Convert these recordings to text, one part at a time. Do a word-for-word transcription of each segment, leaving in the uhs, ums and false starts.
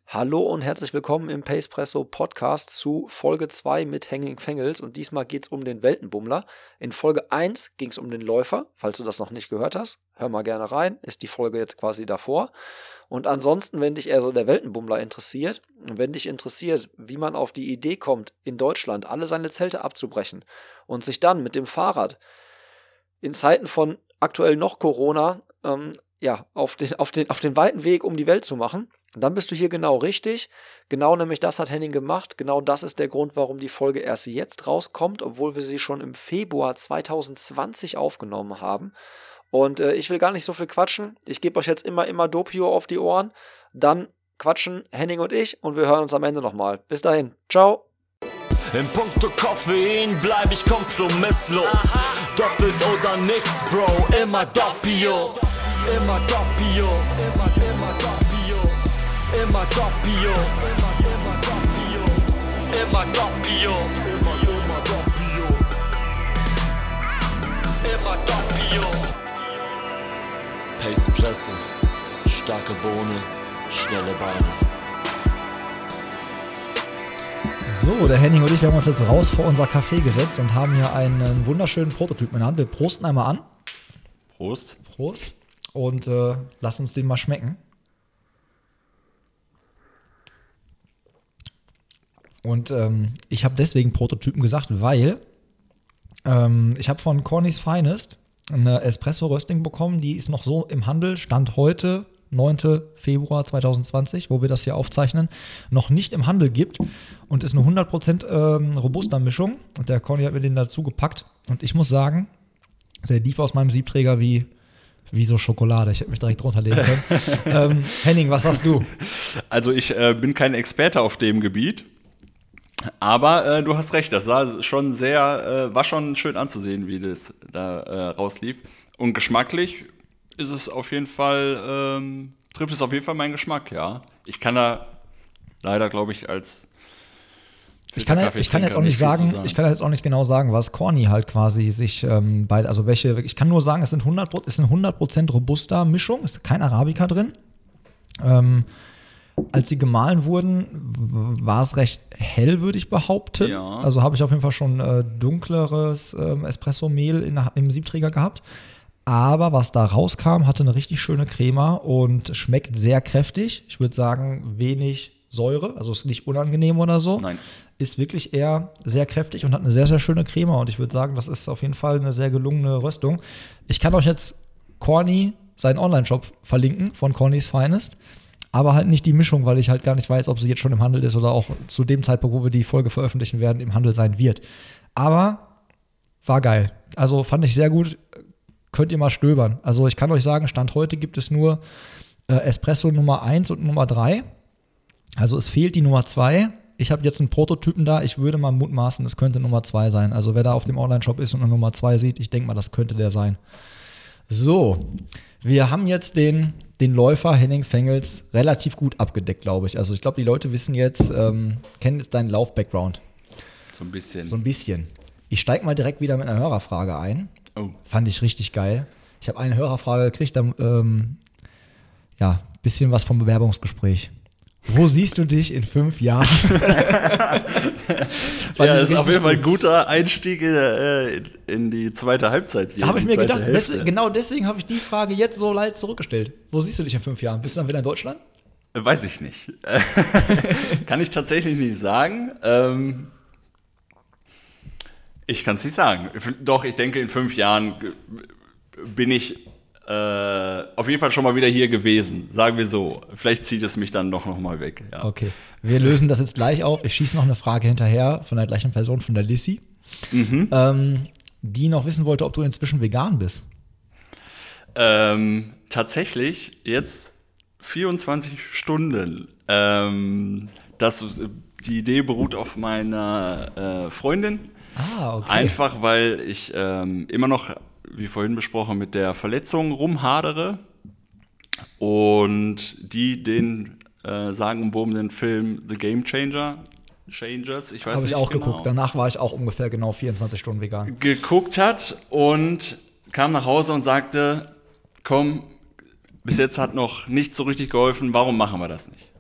Hallo und herzlich willkommen im Pacepresso Podcast zu Folge zwei mit Henning Fengels und diesmal geht es um den Weltenbummler. In Folge eins ging es um den Läufer, falls du das noch nicht gehört hast, hör mal gerne rein, ist die Folge jetzt quasi davor. Und ansonsten, wenn dich eher so der Weltenbummler interessiert, wenn dich interessiert, wie man auf die Idee kommt, in Deutschland alle seine Zelte abzubrechen und sich dann mit dem Fahrrad in Zeiten von aktuell noch Corona ähm, ja, auf den, auf den, auf den weiten Weg um die Welt zu machen, dann bist du hier genau richtig. Genau nämlich das hat Henning gemacht. Genau das ist der Grund, warum die Folge erst jetzt rauskommt, obwohl wir sie schon im Februar zwanzig zwanzig aufgenommen haben. Und äh, ich will gar nicht so viel quatschen. Ich gebe euch jetzt immer, immer Doppio auf die Ohren. Dann quatschen Henning und ich und wir hören uns am Ende nochmal. Bis dahin. Ciao. In puncto Koffein bleib ich kompromisslos. Aha. Doppelt oder nichts, Bro, immer Doppio. Immer Doppio, immer, immer Doppio. Immer Doppio, immer, immer Doppio. Immer Doppio, immer, immer Doppio. Immer Doppio. Pacepresso, starke Bohne, schnelle Beine. So, der Henning und ich, wir haben uns jetzt raus vor unser Café gesetzt und haben hier einen wunderschönen Prototypen in der Hand. Wir prosten einmal an. Prost. Prost. Und äh, lass uns den mal schmecken. Und ähm, ich habe deswegen Prototypen gesagt, weil ähm, ich habe von Corny's Finest eine Espresso-Rösting bekommen, die ist noch so im Handel, Stand heute, neunten Februar zwanzig zwanzig, wo wir das hier aufzeichnen, noch nicht im Handel gibt und ist eine hundert Prozent ähm, Robusta-Mischung und der Corny hat mir den dazu gepackt und ich muss sagen, der lief aus meinem Siebträger wie, wie so Schokolade, ich hätte mich direkt drunter legen können. ähm, Henning, was sagst du? Also ich äh, bin kein Experte auf dem Gebiet, aber äh, du hast recht, das sah schon sehr, äh, war schon schön anzusehen, wie das da äh, rauslief und geschmacklich ist es auf jeden Fall, ähm, trifft es auf jeden Fall meinen Geschmack, ja. Ich kann da leider, glaube ich, als Ich kann, ich kann jetzt auch nicht sagen, sagen, ich kann jetzt auch nicht genau sagen, was Corny halt quasi sich ähm, bei, also welche, ich kann nur sagen, es sind hundert Prozent, ist eine hundert Prozent Robusta-Mischung, ist kein Arabica drin. Ähm, als sie gemahlen wurden, war es recht hell, würde ich behaupten. Ja. Also habe ich auf jeden Fall schon äh, dunkleres äh, Espresso-Mehl in, im Siebträger gehabt. Aber was da rauskam, hatte eine richtig schöne Crema und schmeckt sehr kräftig. Ich würde sagen, wenig Säure, also ist nicht unangenehm oder so. Nein. Ist wirklich eher sehr kräftig und hat eine sehr, sehr schöne Crema. Und ich würde sagen, das ist auf jeden Fall eine sehr gelungene Röstung. Ich kann euch jetzt Corny, seinen Online-Shop, verlinken von Corny's Finest. Aber halt nicht die Mischung, weil ich halt gar nicht weiß, ob sie jetzt schon im Handel ist oder auch zu dem Zeitpunkt, wo wir die Folge veröffentlichen werden, im Handel sein wird. Aber war geil. Also fand ich sehr gut. Könnt ihr mal stöbern. Also ich kann euch sagen, Stand heute gibt es nur äh, Espresso Nummer eins und Nummer drei. Also es fehlt die Nummer zwei. Ich habe jetzt einen Prototypen da. Ich würde mal mutmaßen, es könnte Nummer zwei sein. Also wer da auf dem Online-Shop ist und eine Nummer zwei sieht, ich denke mal, das könnte der sein. So, wir haben jetzt den, den Läufer Henning Fengels relativ gut abgedeckt, glaube ich. Also ich glaube, die Leute wissen jetzt, ähm, kennen jetzt deinen Lauf-Background. So ein bisschen. So ein bisschen. Ich steige mal direkt wieder mit einer Hörerfrage ein. Oh. Fand ich richtig geil. Ich habe eine Hörerfrage gekriegt, dann, ähm, ja, bisschen was vom Bewerbungsgespräch. Wo siehst du dich in fünf Jahren? Ja, das ist auf jeden Fall ein guter Einstieg äh, in die zweite Halbzeit. Hier, da habe ich mir gedacht, des, Hälfte. genau deswegen habe ich die Frage jetzt so leicht zurückgestellt. Wo siehst du dich in fünf Jahren? Bist du dann wieder in Deutschland? Weiß ich nicht. Kann ich tatsächlich nicht sagen. Ähm, ich kann es nicht sagen. Doch, ich denke, in fünf Jahren bin ich äh, auf jeden Fall schon mal wieder hier gewesen. Sagen wir so. Vielleicht zieht es mich dann doch noch mal weg. Ja. Okay, wir lösen das jetzt gleich auf. Ich schieße noch eine Frage hinterher von der gleichen Person, von der Lissy, Mhm. ähm, die noch wissen wollte, ob du inzwischen vegan bist. Ähm, tatsächlich jetzt vierundzwanzig Stunden. Ähm, das, die Idee beruht auf meiner äh, Freundin. Ah, okay. Einfach, weil ich ähm, immer noch, wie vorhin besprochen, mit der Verletzung rumhadere und die den äh, sagenumwobenen Film The Game Changer Changers, ich weiß Habe nicht ich auch genau, geguckt. Danach war ich auch ungefähr genau vierundzwanzig Stunden vegan. geguckt hat und kam nach Hause und sagte, komm, bis jetzt hat noch nichts so richtig geholfen, warum machen wir das nicht?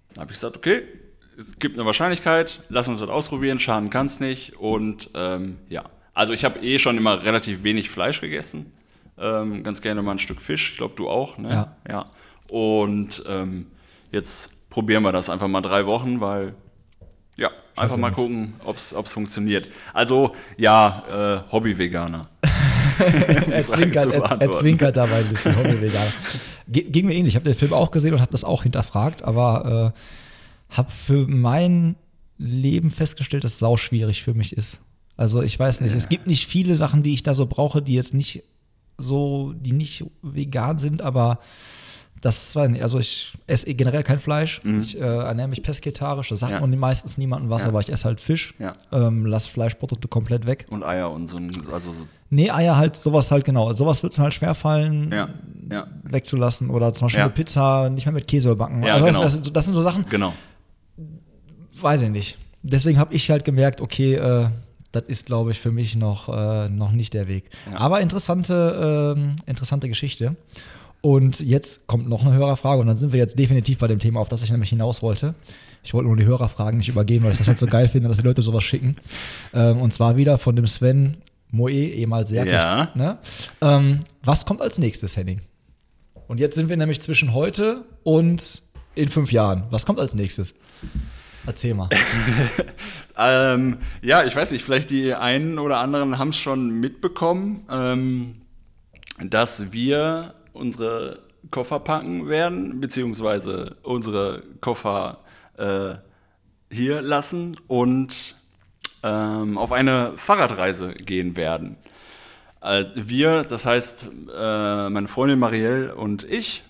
Da habe ich gesagt, okay, es gibt eine Wahrscheinlichkeit, lass uns das ausprobieren, schaden kann es nicht. Und ähm, ja, also ich habe eh schon immer relativ wenig Fleisch gegessen. Ähm, ganz gerne mal ein Stück Fisch, ich glaube du auch, ne? Ja. ja. Und ähm, jetzt probieren wir das einfach mal drei Wochen, weil, ja, einfach mal nix. gucken, ob es funktioniert. Also, ja, äh, Hobby-Veganer. er, zwinkert, er, er zwinkert dabei ein bisschen, Hobby-Veganer. Ging mir ähnlich, ich habe den Film auch gesehen und habe das auch hinterfragt, aber äh, habe für mein Leben festgestellt, dass es sau schwierig für mich ist. Also ich weiß nicht, ja. Es gibt nicht viele Sachen, die ich da so brauche, die jetzt nicht so, die nicht vegan sind, aber das war nicht, also ich esse generell kein Fleisch, mhm. ich äh, ernähre mich pesketarisch, das sagt ja. man meistens niemandem was, ja. aber ich esse halt Fisch, ja. ähm, lass Fleischprodukte komplett weg. Und Eier und so, also so. Nee, Eier halt, sowas halt genau, sowas wird mir halt schwerfallen, ja. Ja. wegzulassen oder zum Beispiel ja. eine Pizza nicht mehr mit Käse backen. Ja, also das, genau. das, das sind so Sachen, genau. weiß ich nicht. Deswegen habe ich halt gemerkt, okay, äh, das ist, glaube ich, für mich noch, äh, noch nicht der Weg. Ja. Aber interessante, äh, interessante Geschichte. Und jetzt kommt noch eine Hörerfrage und dann sind wir jetzt definitiv bei dem Thema, auf das ich nämlich hinaus wollte. Ich wollte nur die Hörerfragen nicht übergeben, weil ich das halt so geil finde, dass die Leute sowas schicken. Ähm, und zwar wieder von dem Sven Moe, ehemals Serkic. Ja. Ne? Ähm, was kommt als nächstes, Henning? Und jetzt sind wir nämlich zwischen heute und in fünf Jahren. Was kommt als nächstes? Erzähl mal. ähm, ja, ich weiß nicht, vielleicht die einen oder anderen haben es schon mitbekommen, ähm, dass wir unsere Koffer packen werden, beziehungsweise unsere Koffer äh, hier lassen und ähm, auf eine Fahrradreise gehen werden. Also wir, das heißt äh, meine Freundin Marielle und ich,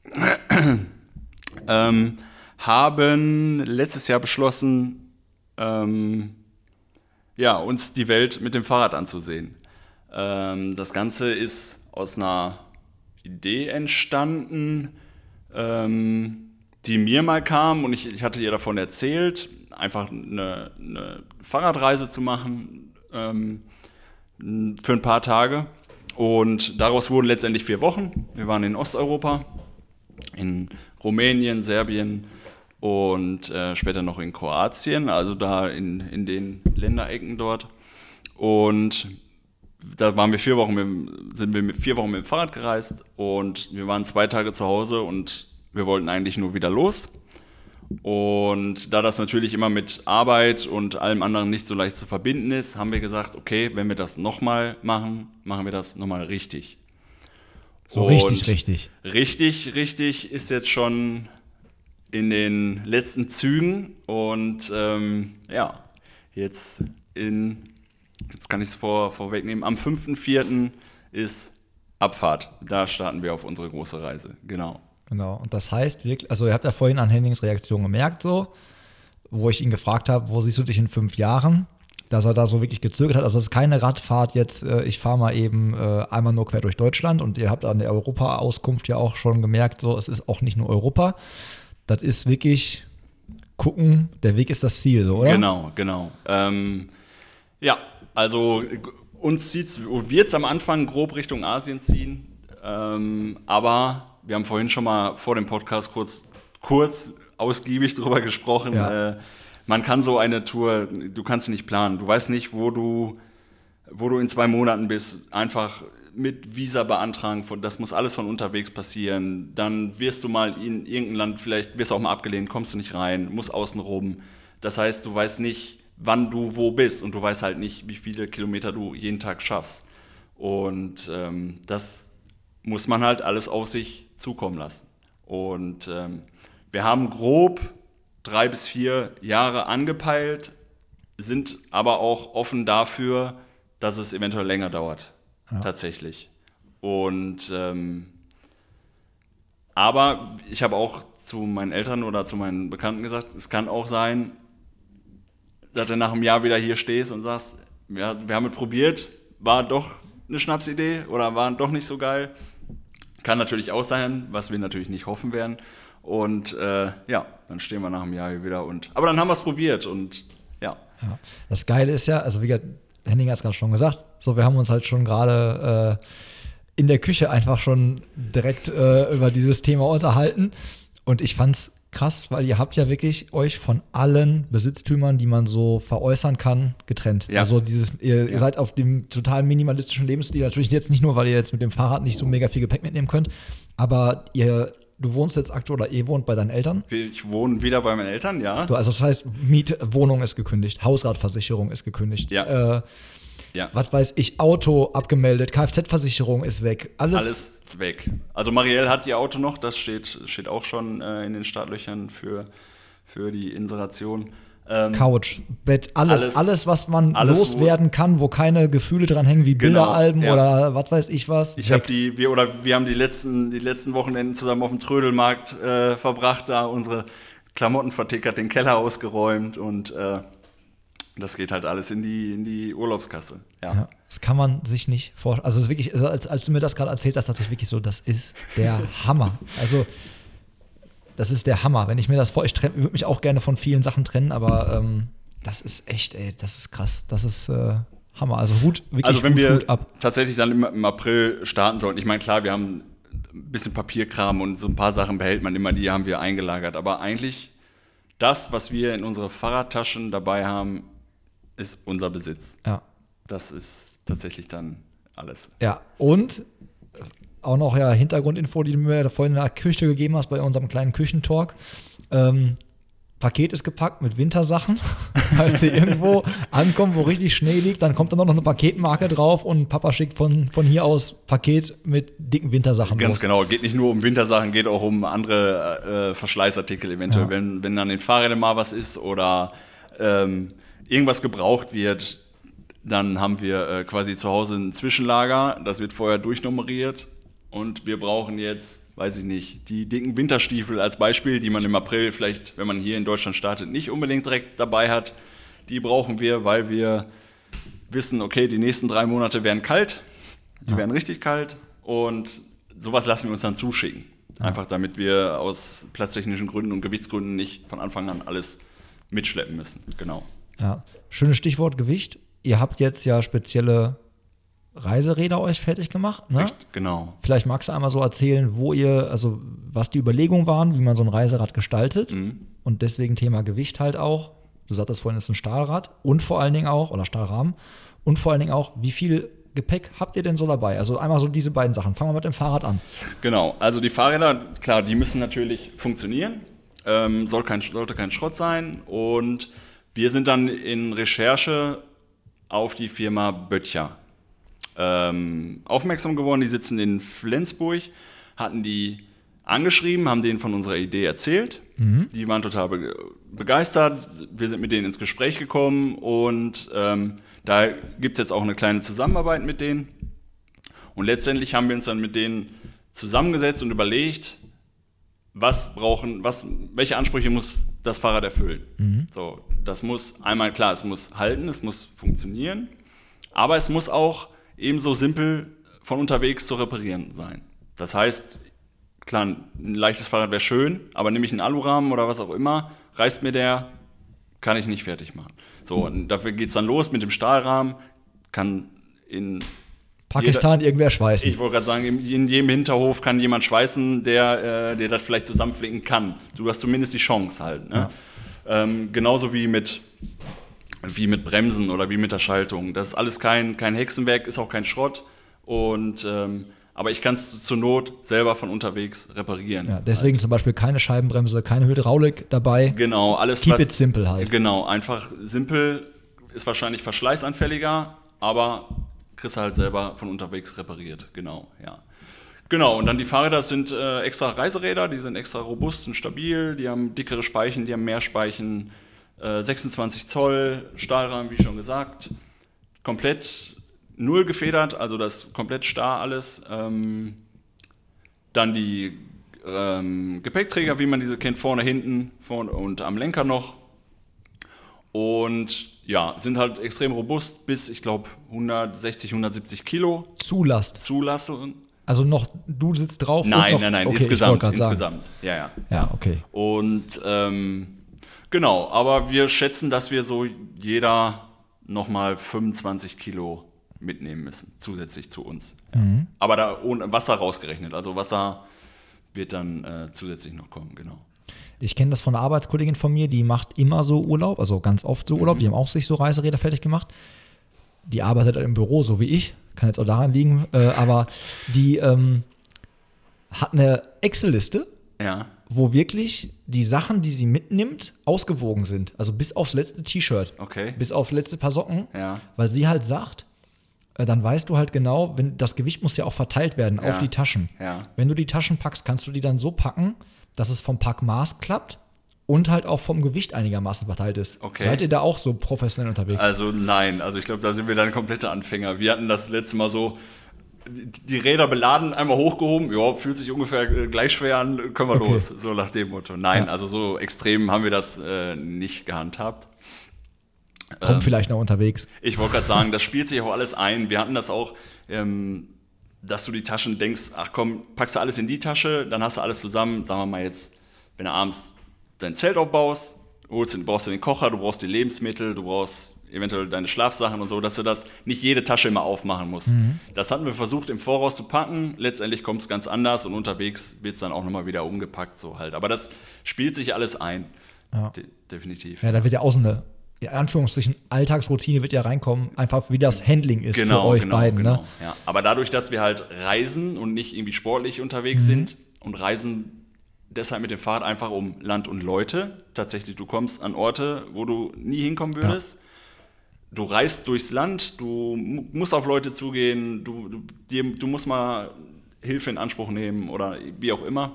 ähm, haben letztes Jahr beschlossen, ähm, ja, uns die Welt mit dem Fahrrad anzusehen. Ähm, das Ganze ist aus einer Idee entstanden, ähm, die mir mal kam und ich, ich hatte ihr davon erzählt, einfach eine, eine Fahrradreise zu machen ähm, für ein paar Tage. Und daraus wurden letztendlich vier Wochen. Wir waren in Osteuropa, in Rumänien, Serbien und äh, später noch in Kroatien, also da in, in den Länderecken dort. Und da waren wir vier Wochen mit, sind wir mit vier Wochen mit dem Fahrrad gereist und wir waren zwei Tage zu Hause und wir wollten eigentlich nur wieder los. Und da das natürlich immer mit Arbeit und allem anderen nicht so leicht zu verbinden ist, haben wir gesagt, okay, wenn wir das nochmal machen, machen wir das nochmal richtig. So und richtig, richtig. Richtig, richtig ist jetzt schon in den letzten Zügen und ähm, ja, jetzt in Jetzt kann ich es vor, vorwegnehmen. Am fünften vierten ist Abfahrt. Da starten wir auf unsere große Reise. Genau. Genau. Und das heißt wirklich, also ihr habt ja vorhin an Hennings Reaktion gemerkt, so, wo ich ihn gefragt habe, wo siehst du dich in fünf Jahren, dass er da so wirklich gezögert hat. Also es ist keine Radfahrt jetzt, äh, ich fahre mal eben äh, einmal nur quer durch Deutschland und ihr habt an der Europa-Auskunft ja auch schon gemerkt, so, es ist auch nicht nur Europa. Das ist wirklich gucken, der Weg ist das Ziel, so, oder? Genau, genau. Ähm, ja, also uns wird es am Anfang grob Richtung Asien ziehen, ähm, aber wir haben vorhin schon mal vor dem Podcast kurz, kurz ausgiebig drüber gesprochen. Ja. Äh, man kann so eine Tour, du kannst sie nicht planen. Du weißt nicht, wo du, wo du in zwei Monaten bist. Einfach mit Visa beantragen, das muss alles von unterwegs passieren. Dann wirst du mal in irgendein Land, vielleicht wirst du auch mal abgelehnt, kommst du nicht rein, musst außen rum. Das heißt, du weißt nicht, wann du wo bist und du weißt halt nicht, wie viele Kilometer du jeden Tag schaffst. Und ähm, das muss man halt alles auf sich zukommen lassen. Und ähm, wir haben grob drei bis vier Jahre angepeilt, sind aber auch offen dafür, dass es eventuell länger dauert, ja. Tatsächlich. Und ähm, aber ich habe auch zu meinen Eltern oder zu meinen Bekannten gesagt, es kann auch sein, dass du nach einem Jahr wieder hier stehst und sagst, ja, wir haben es probiert, war doch eine Schnapsidee oder war doch nicht so geil. Kann natürlich auch sein, was wir natürlich nicht hoffen werden. Und äh, ja, dann stehen wir nach einem Jahr hier wieder. Und, aber dann haben wir es probiert und ja. ja. Das Geile ist ja, also wie gesagt, Henning hat es gerade schon gesagt, so wir haben uns halt schon gerade äh, in der Küche einfach schon direkt äh, über dieses Thema unterhalten. Und ich fand's krass, weil ihr habt ja wirklich euch von allen Besitztümern, die man so veräußern kann, getrennt. Ja. Also dieses, ihr, Ja. ihr seid auf dem total minimalistischen Lebensstil. Natürlich jetzt nicht nur, weil ihr jetzt mit dem Fahrrad nicht so mega viel Gepäck mitnehmen könnt, aber ihr, du wohnst jetzt aktuell oder ihr wohnt bei deinen Eltern. Ich wohne wieder bei meinen Eltern, ja. Du, also das heißt, Mietwohnung ist gekündigt, Hausratversicherung ist gekündigt. Ja. Äh, ja. Was weiß ich, Auto abgemeldet, Kfz-Versicherung ist weg. Alles, Alles weg. Also Marielle hat ihr Auto noch, das steht, steht auch schon äh, in den Startlöchern für, für die Inseration. Ähm, Couch, Bett, alles, alles- alles, was man alles, loswerden kann, wo keine Gefühle dran hängen, wie Genau, Bilderalben ja. oder was weiß ich was. Ich weg. habe die, wir oder wir haben die letzten, die letzten Wochenenden zusammen auf dem Trödelmarkt äh, verbracht, da unsere Klamotten vertickert, den Keller ausgeräumt und äh, das geht halt alles in die, in die Urlaubskasse. Ja. Ja, das kann man sich nicht vorstellen. Also, es ist wirklich, also als, als du mir das gerade erzählt hast, dachte ich wirklich so, das ist der Hammer. Also, das ist der Hammer. Wenn ich mir das vor, ich würde mich auch gerne von vielen Sachen trennen, aber ähm, das ist echt, ey, das ist krass. Das ist äh, Hammer. Also Hut, wirklich Also wenn Hut, wir Hut ab. tatsächlich dann im, im April starten sollten, ich meine, klar, wir haben ein bisschen Papierkram und so ein paar Sachen behält man immer, die haben wir eingelagert. Aber eigentlich das, was wir in unsere Fahrradtaschen dabei haben, ist unser Besitz. Ja. Das ist tatsächlich dann alles. Ja, und auch noch ja Hintergrundinfo, die du mir da vorhin in der Küche gegeben hast bei unserem kleinen Küchentalk. Ähm, Paket ist gepackt mit Wintersachen. Als sie irgendwo ankommen, wo richtig Schnee liegt, dann kommt dann noch eine Paketmarke drauf und Papa schickt von, von hier aus Paket mit dicken Wintersachen Ganz los. genau, geht nicht nur um Wintersachen, geht auch um andere äh, Verschleißartikel eventuell. Ja. Wenn, wenn an den Fahrrädern mal was ist oder ähm, irgendwas gebraucht wird, dann haben wir äh, quasi zu Hause ein Zwischenlager, das wird vorher durchnummeriert und wir brauchen jetzt, weiß ich nicht, die dicken Winterstiefel als Beispiel, die man im April vielleicht, wenn man hier in Deutschland startet, nicht unbedingt direkt dabei hat. Die brauchen wir, weil wir wissen, okay, die nächsten drei Monate werden kalt, die Ja. werden richtig kalt und sowas lassen wir uns dann zuschicken. Einfach damit wir aus platztechnischen Gründen und Gewichtsgründen nicht von Anfang an alles mitschleppen müssen. Genau. Ja. Schönes Stichwort Gewicht. Ihr habt jetzt ja spezielle Reiseräder euch fertig gemacht, ne? Echt, genau. Vielleicht magst du einmal so erzählen, wo ihr, also was die Überlegungen waren, wie man so ein Reiserad gestaltet. Mhm. Und deswegen Thema Gewicht halt auch. Du sagtest vorhin, es ist ein Stahlrad und vor allen Dingen auch, oder Stahlrahmen, und vor allen Dingen auch, wie viel Gepäck habt ihr denn so dabei? Also einmal so diese beiden Sachen. Fangen wir mit dem Fahrrad an. Genau, also die Fahrräder, klar, die müssen natürlich funktionieren. Ähm, soll kein, sollte kein Schrott sein. Und wir sind dann in Recherche auf die Firma Böttcher ähm, aufmerksam geworden. Die sitzen in Flensburg, hatten die angeschrieben, haben denen von unserer Idee erzählt. Mhm. Die waren total be begeistert. Wir sind mit denen ins Gespräch gekommen und ähm, da gibt es jetzt auch eine kleine Zusammenarbeit mit denen. Und letztendlich haben wir uns dann mit denen zusammengesetzt und überlegt, was brauchen, was, welche Ansprüche muss das Fahrrad erfüllen. Mhm. So, das muss einmal klar, es muss halten, es muss funktionieren, aber es muss auch ebenso simpel von unterwegs zu reparieren sein. Das heißt, klar, ein leichtes Fahrrad wäre schön, aber nehme ich einen Alurahmen oder was auch immer, reißt mir der, kann ich nicht fertig machen. So, und dafür geht es dann los mit dem Stahlrahmen, kann in Pakistan irgendwer schweißen. ich wollte gerade sagen, in in jedem Hinterhof kann jemand schweißen, der, äh, der das vielleicht zusammenflicken kann. Du hast zumindest die Chance halt. Ne? Ja. Ähm, genauso wie mit, wie mit Bremsen oder wie mit der Schaltung. Das ist alles kein, kein Hexenwerk, ist auch kein Schrott. Und, ähm, aber ich kann es zur Not selber von unterwegs reparieren. Ja, deswegen zum Beispiel keine Scheibenbremse, keine Hydraulik dabei. Genau, alles Keep was, it simple halt. Genau, einfach simpel, ist wahrscheinlich verschleißanfälliger, aber kriegst du halt selber von unterwegs repariert. Genau, ja. Genau, und dann die Fahrräder sind äh, extra Reiseräder, die sind extra robust und stabil, die haben dickere Speichen, die haben mehr Speichen, äh, sechsundzwanzig Zoll, Stahlrahmen, wie schon gesagt, komplett null gefedert, also das ist komplett starr alles. Ähm, dann die ähm, Gepäckträger, wie man diese kennt, vorne, hinten vorne und am Lenker noch. Und ja, sind halt extrem robust bis, ich glaube, hundertsechzig, hundertsiebzig Kilo Zulast. Zulassung. Also noch, du sitzt drauf? Nein, und noch, nein, nein, okay, ich wollte insgesamt, grad sagen. insgesamt. Ja, ja. Ja, okay. Und ähm, genau, aber wir schätzen, dass wir so jeder nochmal fünfundzwanzig Kilo mitnehmen müssen, zusätzlich zu uns. Ja. Aber da ohne Wasser rausgerechnet, also Wasser wird dann äh, zusätzlich noch kommen, genau. Ich kenne das von einer Arbeitskollegin von mir, die macht immer so Urlaub, also ganz oft so Urlaub, Mhm. die haben auch sich so Reiseräder fertig gemacht. Die arbeitet im Büro, so wie ich, kann jetzt auch daran liegen, äh, aber die ähm, hat eine Excel-Liste, Ja. wo wirklich die Sachen, die sie mitnimmt, ausgewogen sind. Also bis aufs letzte T-Shirt, Okay. bis auf letzte paar Socken, Ja. weil sie halt sagt, äh, dann weißt du halt genau, wenn das Gewicht muss ja auch verteilt werden Ja. auf die Taschen. Ja. Wenn du die Taschen packst, kannst du die dann so packen, dass es vom Packmaß klappt und halt auch vom Gewicht einigermaßen verteilt ist. Okay. Seid ihr da auch so professionell unterwegs? Also nein, also ich glaube, da sind wir dann komplette Anfänger. Wir hatten das letzte Mal so, die, die Räder beladen, einmal hochgehoben, ja, fühlt sich ungefähr äh, gleich schwer an, können wir Okay. los, so nach dem Motto. Nein, Ja. also so extrem haben wir das äh, nicht gehandhabt. Kommt ähm, vielleicht noch unterwegs. Ich wollte gerade sagen, das spielt sich auch alles ein. Wir hatten das auch, ähm, dass du die Taschen denkst, ach komm, packst du alles in die Tasche, dann hast du alles zusammen. Sagen wir mal jetzt, wenn du abends dein Zelt aufbaust, holst, du- brauchst du den Kocher, du brauchst die Lebensmittel, du brauchst eventuell deine Schlafsachen und so, dass du das nicht jede Tasche immer aufmachen musst. Das hatten wir versucht im Voraus zu packen. Letztendlich kommt es ganz anders und unterwegs wird es dann auch nochmal wieder umgepackt so halt. Aber das spielt sich alles ein. Ja. De definitiv. Ja, da wird ja auch so eine, in Anführungsstrichen, Alltagsroutine wird ja reinkommen, einfach wie das Handling ist für euch beiden. genau. Ne? Ja. Aber dadurch, dass wir halt reisen und nicht irgendwie sportlich Mhm. unterwegs sind und reisen deshalb mit dem Fahrrad einfach um Land und Leute. Tatsächlich, du kommst an Orte, wo du nie hinkommen würdest. Du reist durchs Land, du mu- musst auf Leute zugehen, du, du, dir, du musst mal Hilfe in Anspruch nehmen oder wie auch immer.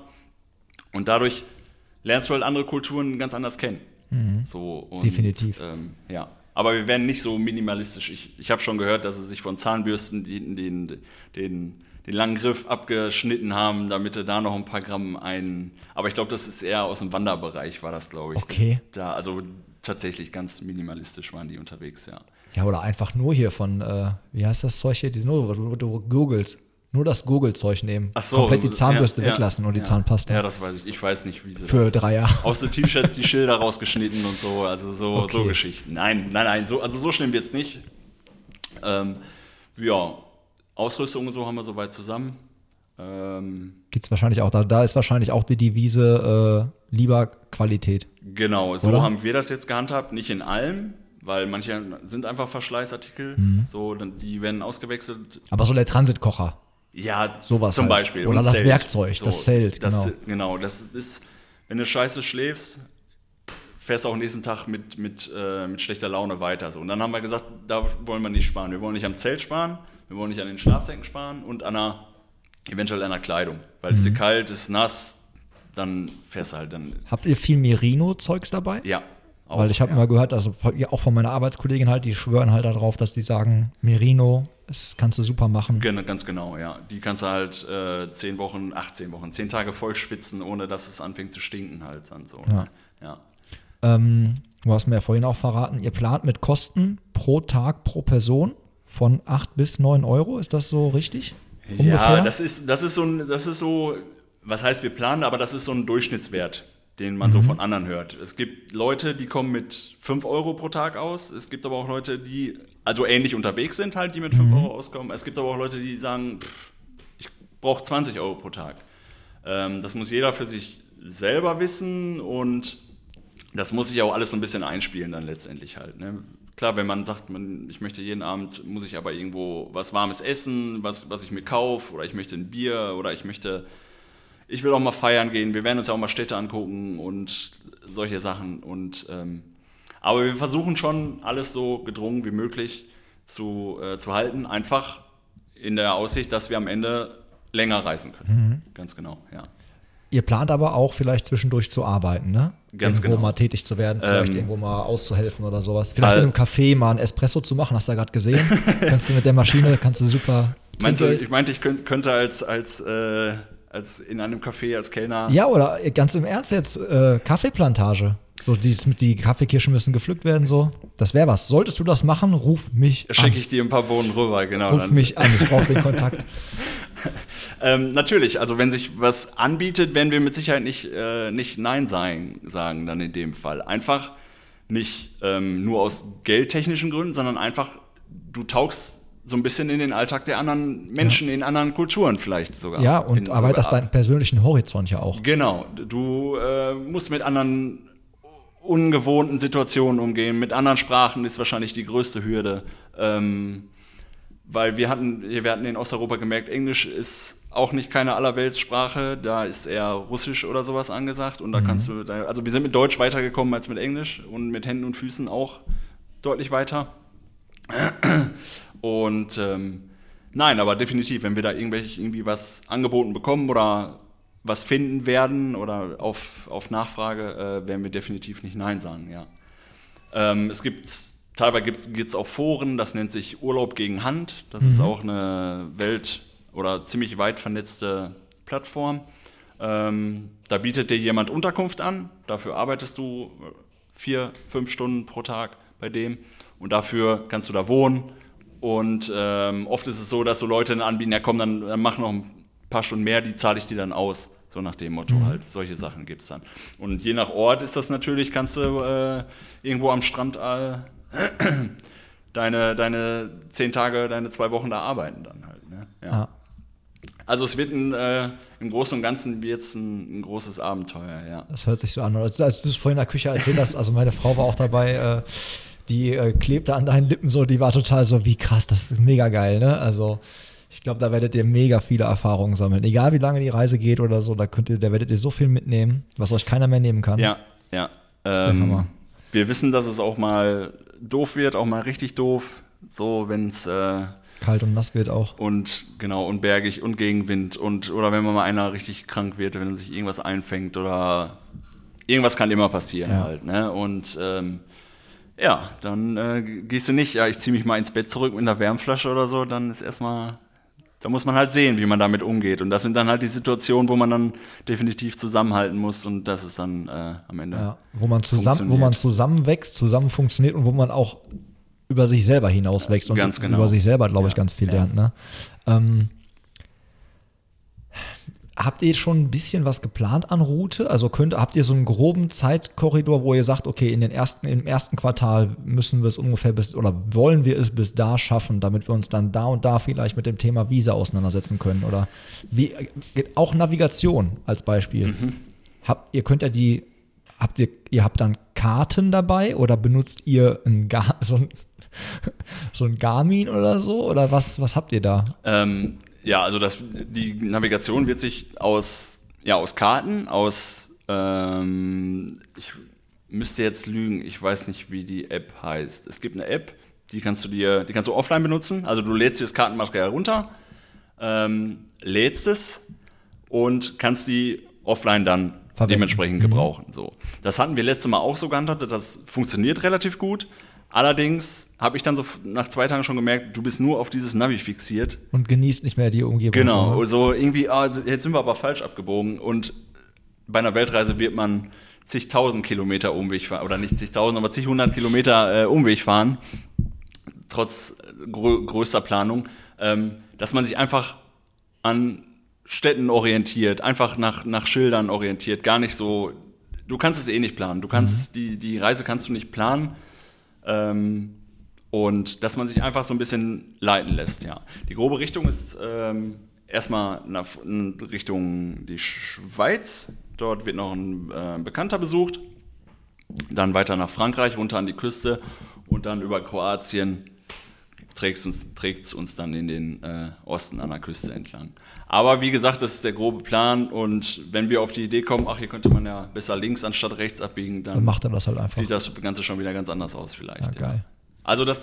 Und dadurch lernst du halt andere Kulturen ganz anders kennen. So, und, Definitiv. Ähm, ja. Aber wir werden nicht so minimalistisch. Ich, ich habe schon gehört, dass sie sich von Zahnbürsten den, den, den, den langen Griff abgeschnitten haben, damit er da noch ein paar Gramm ein. Aber ich glaube, das ist eher aus dem Wanderbereich, war das, glaube ich. Okay. Da, also tatsächlich ganz minimalistisch waren die unterwegs, ja. Ja, oder einfach nur hier von, äh, wie heißt das Zeug hier, die, nur, du, du googelst. Nur das Google-Zeug nehmen. Ach so, Komplett die Zahnbürste ja, weglassen und die ja, Zahnpasta. Ja, das weiß ich. Ich weiß nicht, wie sie Für das. drei Jahre. Aus den T-Shirts die Schilder rausgeschnitten und so, also so, Okay. so Geschichten. Nein, nein, nein, so, also so schlimm wird's nicht. Ähm, ja, Ausrüstung und so haben wir soweit zusammen. Ähm, Gibt's wahrscheinlich auch, da, da ist wahrscheinlich auch die Devise äh, lieber Qualität. genau, so Oder? haben wir das jetzt gehandhabt, nicht in allem, weil manche sind einfach Verschleißartikel, Mhm. so, dann, die werden ausgewechselt. Aber so der Transitkocher. Ja, Sowas zum halt. Beispiel. Oder Und das Zelt. Werkzeug, das Zelt, das, genau. Genau, das ist, wenn du scheiße schläfst, fährst du auch nächsten Tag mit, mit, äh, mit schlechter Laune weiter. So. Und dann haben wir gesagt, da wollen wir nicht sparen. Wir wollen nicht am Zelt sparen, wir wollen nicht an den Schlafsäcken sparen und an einer, eventuell an der Kleidung. Weil es dir kalt, ist nass, dann fährst du halt dann, Habt ihr viel Merino-Zeugs dabei? ja. auch, Weil ich habe ja. mal gehört, also von- ja, auch von meiner Arbeitskollegin halt, die schwören halt darauf, dass die sagen, Merino, das kannst du super machen. Gen- Ganz genau, ja. Die kannst du halt äh, zehn Wochen, achtzehn Wochen, zehn Tage voll schwitzen, ohne dass es anfängt zu stinken halt dann so. Ja. Ja. Ähm, du hast mir ja vorhin auch verraten, ihr plant mit Kosten pro Tag, pro Person von acht bis neun Euro. Ist das so richtig? Ja, das ist, das ist so ein, das ist so, was heißt wir planen, aber das ist so ein Durchschnittswert, den man so von anderen hört. Es gibt Leute, die kommen mit fünf Euro pro Tag aus. Es gibt aber auch Leute, die also ähnlich unterwegs sind halt, die mit fünf Euro auskommen. Es gibt aber auch Leute, die sagen, pff, ich brauche zwanzig Euro pro Tag. Ähm, das muss jeder für sich selber wissen und das muss sich auch alles so ein bisschen einspielen dann letztendlich halt. Ne? Klar, wenn man sagt, man, ich möchte jeden Abend, muss ich aber irgendwo was Warmes essen, was, was ich mir kaufe, oder ich möchte ein Bier, oder ich möchte, ich will auch mal feiern gehen, wir werden uns ja auch mal Städte angucken und solche Sachen. Und, ähm, aber wir versuchen schon, alles so gedrungen wie möglich zu, äh, zu halten, einfach in der Aussicht, dass wir am Ende länger reisen können. Mhm. Ganz genau, ja. Ihr plant aber auch vielleicht zwischendurch zu arbeiten, ne? Ganz irgendwo genau. mal tätig zu werden, vielleicht Ähm, irgendwo mal auszuhelfen oder sowas. Vielleicht all- in einem Café mal ein Espresso zu machen, hast du ja gerade gesehen. Kannst du mit der Maschine, kannst du super Meinst du, Trinkgeld- ich meinte, ich könnt, könnte als, als, äh, als in einem Café als Kellner. Ja, oder ganz im Ernst jetzt, äh, Kaffeeplantage. So, die, die Kaffeekirschen müssen gepflückt werden, so. Das wäre was. Solltest du das machen, ruf mich an. Schicke ich dir ein paar Bohnen rüber, genau. Ruf dann. mich an, ich brauche den Kontakt. Ähm, natürlich, also wenn sich was anbietet, werden wir mit Sicherheit nicht, äh, nicht Nein sagen, sagen dann in dem Fall. Einfach nicht ähm, nur aus geldtechnischen Gründen, sondern einfach, du taugst so ein bisschen in den Alltag der anderen Menschen, ja. in anderen Kulturen vielleicht sogar. Ja, und erweiterst deinen persönlichen Horizont ja auch. Genau, du äh, musst mit anderen ungewohnten Situationen umgehen, mit anderen Sprachen ist wahrscheinlich die größte Hürde, ähm, weil wir hatten, wir hatten in Osteuropa gemerkt, Englisch ist auch nicht keine Allerweltssprache, da ist eher Russisch oder sowas angesagt und da mhm. kannst du, da, also wir sind mit Deutsch weitergekommen als mit Englisch und mit Händen und Füßen auch deutlich weiter. Und ähm, nein, aber definitiv, wenn wir da irgendwelche, irgendwie was angeboten bekommen oder was finden werden oder auf, auf Nachfrage, äh, werden wir definitiv nicht Nein sagen, ja. Ähm, es gibt, teilweise gibt es auch Foren, das nennt sich Urlaub gegen Hand, das mhm. ist auch eine Welt- oder ziemlich weit vernetzte Plattform. Ähm, da bietet dir jemand Unterkunft an, dafür arbeitest du vier, fünf Stunden pro Tag bei dem und dafür kannst du da wohnen. Und ähm, oft ist es so, dass so Leute dann anbieten, ja komm, dann, dann mach noch ein paar Stunden mehr, die zahle ich dir dann aus. So nach dem Motto mhm. halt. Solche Sachen gibt es dann. Und je nach Ort ist das natürlich, kannst du äh, irgendwo am Strand äh, deine, deine zehn Tage, deine zwei Wochen da arbeiten dann halt. Ne? Ja. Ah. Also es wird ein, äh, im Großen und Ganzen wird's ein, ein großes Abenteuer, ja. Das hört sich so an. Als, als du es vorhin in der Küche erzählt hast, also meine Frau war auch dabei, äh, die äh, klebte an deinen Lippen so, die war total so, wie krass, das ist mega geil, ne? Also ich glaube, da werdet ihr mega viele Erfahrungen sammeln. Egal wie lange die Reise geht oder so, da könnt ihr, da werdet ihr so viel mitnehmen, was euch keiner mehr nehmen kann. Ja, ja. Das ist der Hammer. Wir wissen, dass es auch mal doof wird, auch mal richtig doof. So, wenn es äh, kalt und nass wird auch. Und genau, und bergig und Gegenwind und oder wenn man mal einer richtig krank wird, wenn sich irgendwas einfängt oder irgendwas kann immer passieren ja. halt, ne? Und ähm, ja, dann äh, gehst du nicht, ja, ich ziehe mich mal ins Bett zurück mit einer Wärmflasche oder so, dann ist erstmal, da muss man halt sehen, wie man damit umgeht. Und das sind dann halt die Situationen, wo man dann definitiv zusammenhalten muss und das ist dann äh, am Ende. Ja, wo man zusammen, wo man zusammenwächst, zusammen funktioniert und wo man auch über sich selber hinauswächst und ganz genau. über sich selber, glaube ich, ja. ganz viel ja. lernt. Ne? Ähm, habt ihr schon ein bisschen was geplant an Route? Also könnt, habt ihr so einen groben Zeitkorridor, wo ihr sagt, okay, in den ersten, im ersten Quartal müssen wir es ungefähr bis, oder wollen wir es bis da schaffen, damit wir uns dann da und da vielleicht mit dem Thema Visa auseinandersetzen können? Oder wie, auch Navigation als Beispiel. Mhm. Habt, ihr könnt ja die, habt ihr, ihr habt dann Karten dabei oder benutzt ihr ein, Gar, so, ein, so ein Garmin oder so? Oder was, was habt ihr da? Ähm, Ja, also das, die Navigation wird sich aus, ja, aus Karten, aus, ähm, ich müsste jetzt lügen, ich weiß nicht, wie die App heißt. Es gibt eine App, die kannst du dir, die kannst du offline benutzen. Also du lädst dir das Kartenmaterial runter, ähm, lädst es und kannst die offline dann Verwenden. dementsprechend gebrauchen. Mhm. So. Das hatten wir letztes Mal auch so gehandhabt, das funktioniert relativ gut. Allerdings habe ich dann so nach zwei Tagen schon gemerkt, du bist nur auf dieses Navi fixiert. Und genießt nicht mehr die Umgebung. Genau, so, so irgendwie, ah, jetzt sind wir aber falsch abgebogen. Und bei einer Weltreise wird man zigtausend Kilometer Umweg fahren, oder nicht zigtausend, aber zig hundert Kilometer äh, Umweg fahren, trotz grö- größter Planung, ähm, dass man sich einfach an Städten orientiert, einfach nach, nach Schildern orientiert, gar nicht so, du kannst es eh nicht planen, du kannst, mhm. die, die Reise kannst du nicht planen. Ähm, und dass man sich einfach so ein bisschen leiten lässt, ja. Die grobe Richtung ist ähm, erstmal nach, in Richtung die Schweiz. Dort wird noch ein äh, Bekannter besucht. Dann weiter nach Frankreich, runter an die Küste und dann über Kroatien trägt es uns, trägt's uns dann in den äh, Osten an der Küste entlang. Aber wie gesagt, das ist der grobe Plan und wenn wir auf die Idee kommen, ach, hier könnte man ja besser links anstatt rechts abbiegen, dann, dann macht er das halt einfach. Sieht das Ganze schon wieder ganz anders aus vielleicht. Ja, geil. Ja. Also das,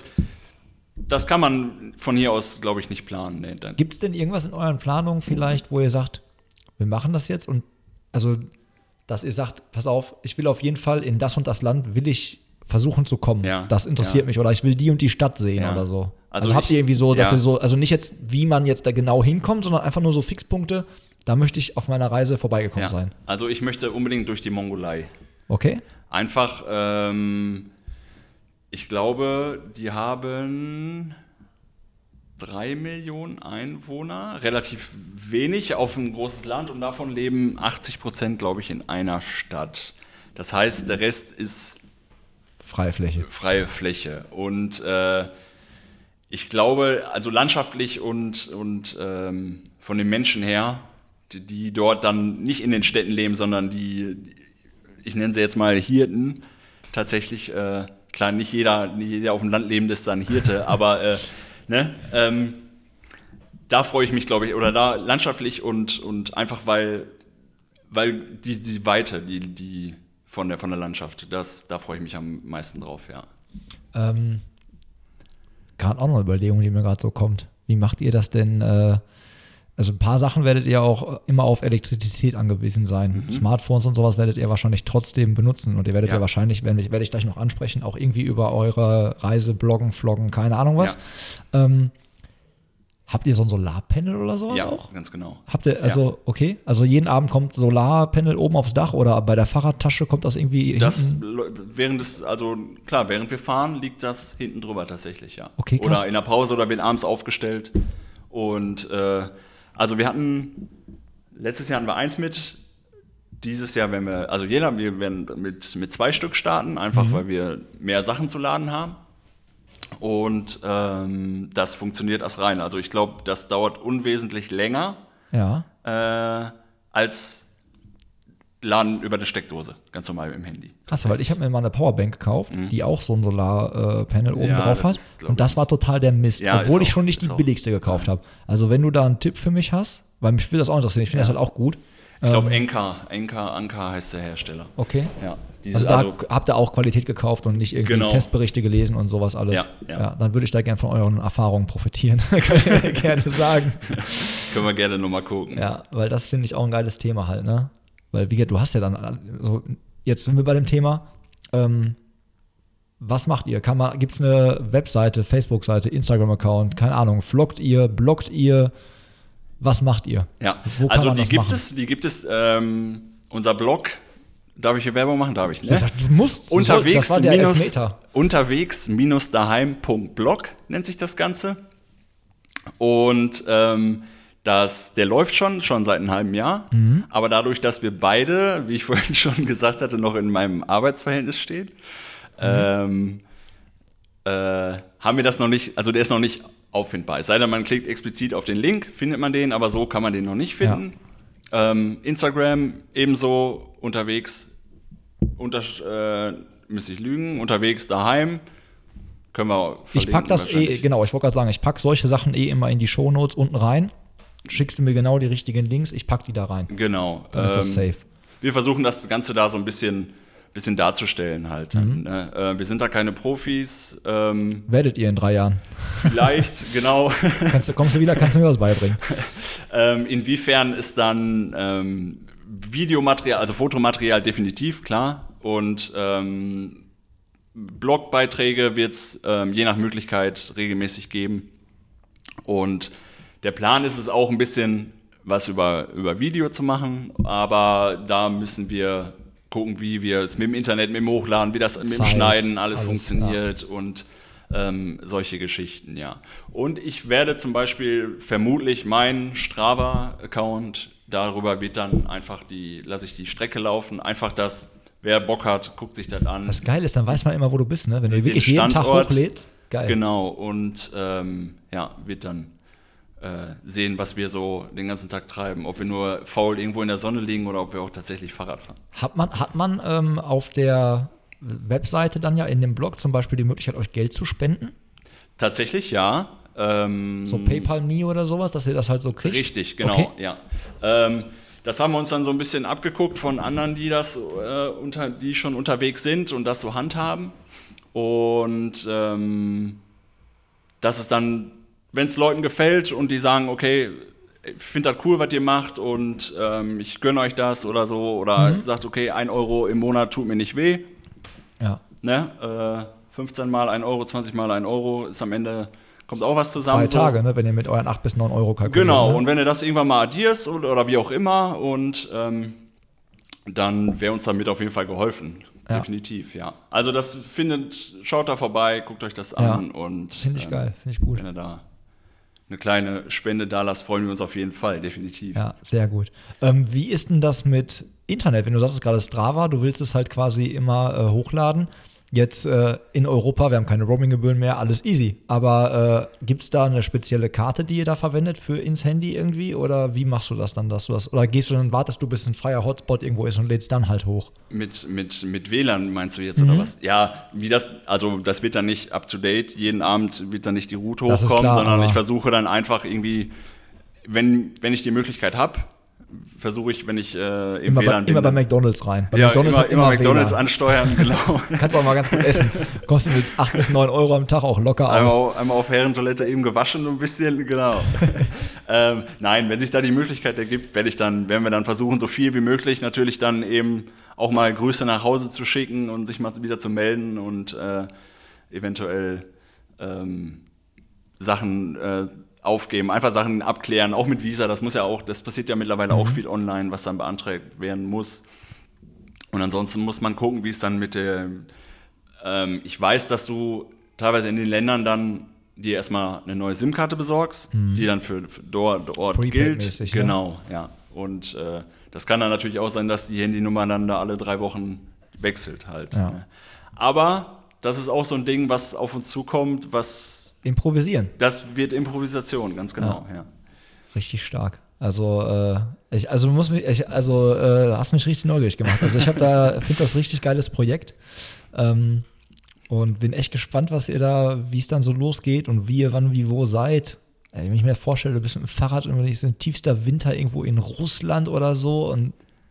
das kann man von hier aus, glaube ich, nicht planen. Nee, gibt es denn irgendwas in euren Planungen vielleicht, wo ihr sagt, wir machen das jetzt und also, dass ihr sagt, pass auf, ich will auf jeden Fall in das und das Land, will ich versuchen zu kommen. Ja, das interessiert ja. mich oder ich will die und die Stadt sehen ja. oder so. Also, also habt ihr irgendwie so, dass ja. ihr so, also nicht jetzt, wie man jetzt da genau hinkommt, sondern einfach nur so Fixpunkte, da möchte ich auf meiner Reise vorbeigekommen ja. sein. Also ich möchte unbedingt durch die Mongolei. Okay. Einfach, ähm, ich glaube, die haben drei Millionen Einwohner, relativ wenig auf ein großes Land und davon leben achtzig Prozent, glaube ich, in einer Stadt. Das heißt, der Rest ist freie Fläche. Freie Fläche. Und äh, ich glaube, also landschaftlich und, und ähm, von den Menschen her, die, die dort dann nicht in den Städten leben, sondern die, ich nenne sie jetzt mal Hirten, tatsächlich, äh, klar, nicht jeder, nicht jeder auf dem Land lebend ist dann Hirte, aber äh, ne, ähm, da freue ich mich, glaube ich, oder da landschaftlich und, und einfach, weil, weil die, die Weite, die, die von der, von der Landschaft, das, da freue ich mich am meisten drauf, ja. Ähm, gerade auch noch eine Überlegung, die mir gerade so kommt. Wie macht ihr das denn? Äh, also ein paar Sachen werdet ihr auch immer auf Elektrizität angewiesen sein. Mhm. Smartphones und sowas werdet ihr wahrscheinlich trotzdem benutzen. Und ihr werdet ja, ja wahrscheinlich, werde ich, werde ich gleich noch ansprechen, auch irgendwie über eure Reise bloggen, vloggen, keine Ahnung was. Ja. Ähm, Habt ihr so ein Solarpanel oder sowas ja, auch? Ja, ganz genau. Habt ihr, also, ja. okay, also jeden Abend kommt Solarpanel oben aufs Dach oder bei der Fahrradtasche kommt das irgendwie das hinten? Während des, also klar, während wir fahren, liegt das hinten drüber tatsächlich, ja. Okay, krass. Oder in der Pause oder wird abends aufgestellt. Und äh, also wir hatten, letztes Jahr hatten wir eins mit, dieses Jahr werden wir, also jeder, wir werden mit, mit zwei Stück starten, einfach mhm. weil wir mehr Sachen zu laden haben. Und ähm, das funktioniert erst rein. Also ich glaube, das dauert unwesentlich länger ja. äh, als Laden über eine Steckdose, ganz normal im Handy. Achso, weil ich habe mir mal eine Powerbank gekauft, mhm. die auch so ein Solarpanel äh, oben ja, drauf hat. Und das war total der Mist, ja, obwohl ich auch, schon nicht die auch, billigste gekauft habe. Also wenn du da einen Tipp für mich hast, weil mich will das auch interessieren, ich finde ja. das halt auch gut. Ich glaube, ähm, Enka, Enka, Anka heißt der Hersteller. Okay. Ja. Dieses, also da also, habt ihr auch Qualität gekauft und nicht irgendwie genau. Testberichte gelesen und sowas alles. Ja, ja. ja dann würde ich da gerne von euren Erfahrungen profitieren. Könnt ihr gerne sagen. Können wir gerne nochmal gucken. Ja, weil das finde ich auch ein geiles Thema halt, ne? Weil, wie gesagt, du hast ja dann, so, jetzt sind wir bei dem Thema, ähm, was macht ihr? Gibt es eine Webseite, Facebook-Seite, Instagram-Account, keine Ahnung, vloggt ihr, bloggt ihr, was macht ihr? Ja, Wo kann also man die das gibt machen? es, die gibt es, ähm, unser Blog, darf ich hier Werbung machen? Darf ich, ne? Du musst, du unterwegs, das war der minus, Elfmeter. unterwegs daheim punkt blog nennt sich das Ganze. Und ähm, das, der läuft schon, schon seit einem halben Jahr. Mhm. Aber dadurch, dass wir beide, wie ich vorhin schon gesagt hatte, noch in meinem Arbeitsverhältnis stehen, mhm. ähm, äh, haben wir das noch nicht, also der ist noch nicht auffindbar. Es sei denn, man klickt explizit auf den Link, findet man den, aber so kann man den noch nicht finden. Ja. Ähm, Instagram ebenso unterwegs, unter, äh, müsste ich lügen, unterwegs daheim. Können wir Ich pack das eh, genau, ich wollte gerade sagen, ich pack solche Sachen eh immer in die Shownotes unten rein. Schickst du mir genau die richtigen Links, ich pack die da rein. Genau. Dann ist das ähm, safe. Wir versuchen das Ganze da so ein bisschen, bisschen darzustellen halt. Mhm. Ne? Äh, wir sind da keine Profis. Ähm, Werdet ihr in drei Jahren? Vielleicht, genau. Kannst du, kommst du wieder, kannst du mir was beibringen? ähm, inwiefern ist dann ähm, Videomaterial, also Fotomaterial definitiv, klar. Und ähm, Blogbeiträge wird es ähm, je nach Möglichkeit regelmäßig geben. Und der Plan ist es auch ein bisschen was über, über Video zu machen, aber da müssen wir gucken, wie wir es mit dem Internet, mit dem Hochladen, wie das mit dem Schneiden alles, alles funktioniert ja. und ähm, solche Geschichten, ja. Und ich werde zum Beispiel vermutlich meinen Strava-Account, darüber wird dann einfach die, lasse ich die Strecke laufen, einfach das, wer Bock hat, guckt sich das an. Das Geile ist, dann weiß man immer, wo du bist, ne? Wenn du wirklich jeden Tag hochlädst. Geil. Genau, und ähm, ja, wird dann äh, sehen, was wir so den ganzen Tag treiben. Ob wir nur faul irgendwo in der Sonne liegen oder ob wir auch tatsächlich Fahrrad fahren. Hat man, hat man ähm, auf der Webseite dann ja in dem Blog zum Beispiel die Möglichkeit, euch Geld zu spenden? Tatsächlich, ja. Ähm, so PayPal.me oder sowas, dass ihr das halt so kriegt? Richtig, genau, okay. ja. Ähm, das haben wir uns dann so ein bisschen abgeguckt von anderen, die das äh, unter, die schon unterwegs sind und das so handhaben. Und ähm, das ist dann, wenn es Leuten gefällt und die sagen, okay, ich finde das cool, was ihr macht und ähm, ich gönne euch das oder so, oder mhm. sagt, okay, ein Euro im Monat tut mir nicht weh. Ja. Ne? Äh, fünfzehn mal ein Euro, zwanzig mal ein Euro, ist am Ende, kommt auch was zusammen. Zwei Tage, so. Ne, wenn ihr mit euren acht bis neun Euro kalkuliert. Genau, ne? Und wenn du das irgendwann mal addierst oder, oder wie auch immer, und ähm, dann wäre uns damit auf jeden Fall geholfen. Ja. Definitiv, ja. Also das findet, schaut da vorbei, guckt euch das an. Ja. Und finde ich ähm, geil, finde ich gut. Wenn ihr da eine kleine Spende da lasst, freuen wir uns auf jeden Fall, definitiv. Ja, sehr gut. Ähm, wie ist denn das mit Internet? Wenn du sagst, es gerade Strava, du willst es halt quasi immer äh, hochladen. jetzt äh, in Europa, wir haben keine Roaming-Gebühren mehr, alles easy. Aber äh, gibt es da eine spezielle Karte, die ihr da verwendet für ins Handy irgendwie? Oder wie machst du das dann, dass du das, oder gehst du dann, wartest du, bis ein freier Hotspot irgendwo ist und lädst dann halt hoch? Mit, mit, mit W L A N meinst du jetzt, Mhm. oder was? Ja, wie das, also das wird dann nicht up to date, jeden Abend wird dann nicht die Route Das ist hochkommen, klar, sondern aber- ich versuche dann einfach irgendwie, wenn, wenn ich die Möglichkeit habe, versuche ich, wenn ich äh, im Immer W L A N bei, immer bei dann- McDonalds rein. Bei ja, McDonald's immer, hat immer immer McDonalds W L A N. ansteuern, genau. Kannst auch mal ganz gut essen. Kommst du mit acht bis neun Euro am Tag auch locker Einmal, aus. au- einmal auf Herrentoilette eben gewaschen und ein bisschen, genau. ähm, nein, wenn sich da die Möglichkeit ergibt, werde ich dann, werden wir dann versuchen, so viel wie möglich natürlich dann eben auch mal Grüße nach Hause zu schicken und sich mal wieder zu melden und äh, eventuell ähm, Sachen äh, aufgeben, einfach Sachen abklären, auch mit Visa, das muss ja auch, das passiert ja mittlerweile Mhm. auch viel online, was dann beantragt werden muss. Und ansonsten muss man gucken, wie es dann mit der, ähm, ich weiß, dass du teilweise in den Ländern dann dir erstmal eine neue SIM-Karte besorgst, die dann für, für dort, dort gilt. Prepaid-mäßig, ne? Genau, ja. Und äh, das kann dann natürlich auch sein, dass die Handynummer dann da alle drei Wochen wechselt halt. Ja. Ne? Aber das ist auch so ein Ding, was auf uns zukommt, was Improvisieren. das wird Improvisation, ganz genau, ja. Richtig stark. Also, äh, ich, also du musst mich, ich, also äh, hast mich richtig neugierig gemacht. Also ich habe da, finde das richtig geiles Projekt. Ähm, und bin echt gespannt, was ihr da, wie es dann so losgeht und wie ihr wann, wie, wo seid. Ey, wenn ich mir vorstelle, du bist mit dem Fahrrad und ist in tiefster Winter irgendwo in Russland oder so und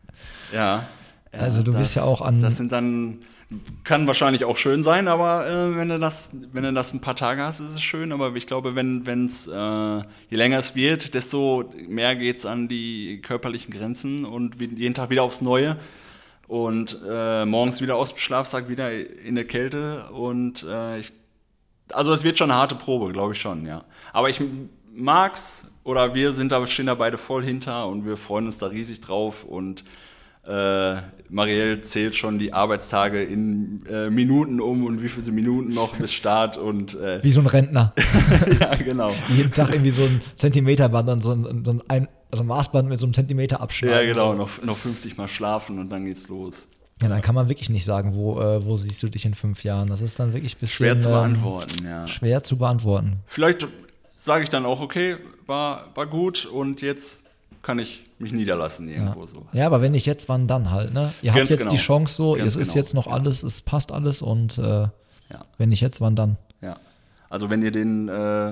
Ja. ja Also du bist ja auch an- Das sind dann, kann wahrscheinlich auch schön sein, aber äh, wenn du das, wenn du das ein paar Tage hast, ist es schön. Aber ich glaube, wenn es, äh, je länger es wird, desto mehr geht es an die körperlichen Grenzen und wie, jeden Tag wieder aufs Neue. Und äh, morgens wieder aus dem Schlafsack, wieder in der Kälte. Und äh, ich, also es wird schon eine harte Probe, glaube ich schon, ja. Aber ich mag's, oder wir sind da, stehen da beide voll hinter und wir freuen uns da riesig drauf. Und Äh, Marielle zählt schon die Arbeitstage in äh, Minuten um und wie viele Minuten noch bis Start und äh, wie so ein Rentner. ja, genau. Jeden Tag irgendwie so ein Zentimeterband und so ein, so ein, ein also ein Maßband mit so einem Zentimeter abschneiden. Ja, genau, So. noch, noch fünfzig Mal schlafen und dann geht's los. Ja, dann kann man wirklich nicht sagen, wo, äh, wo siehst du dich in fünf Jahren. Das ist dann wirklich ein bisschen Schwer zu ähm, beantworten, ja. Schwer zu beantworten. Vielleicht sage ich dann auch, okay, war, war gut und jetzt kann ich mich niederlassen irgendwo Ja. so. ja, aber wenn nicht jetzt, wann dann halt, ne? Ihr habt Ganz jetzt genau. die Chance so, Ganz es ist genau. jetzt noch Ja. alles, es passt alles und äh, Ja. wenn nicht jetzt, wann dann? Ja, also wenn ihr den, äh,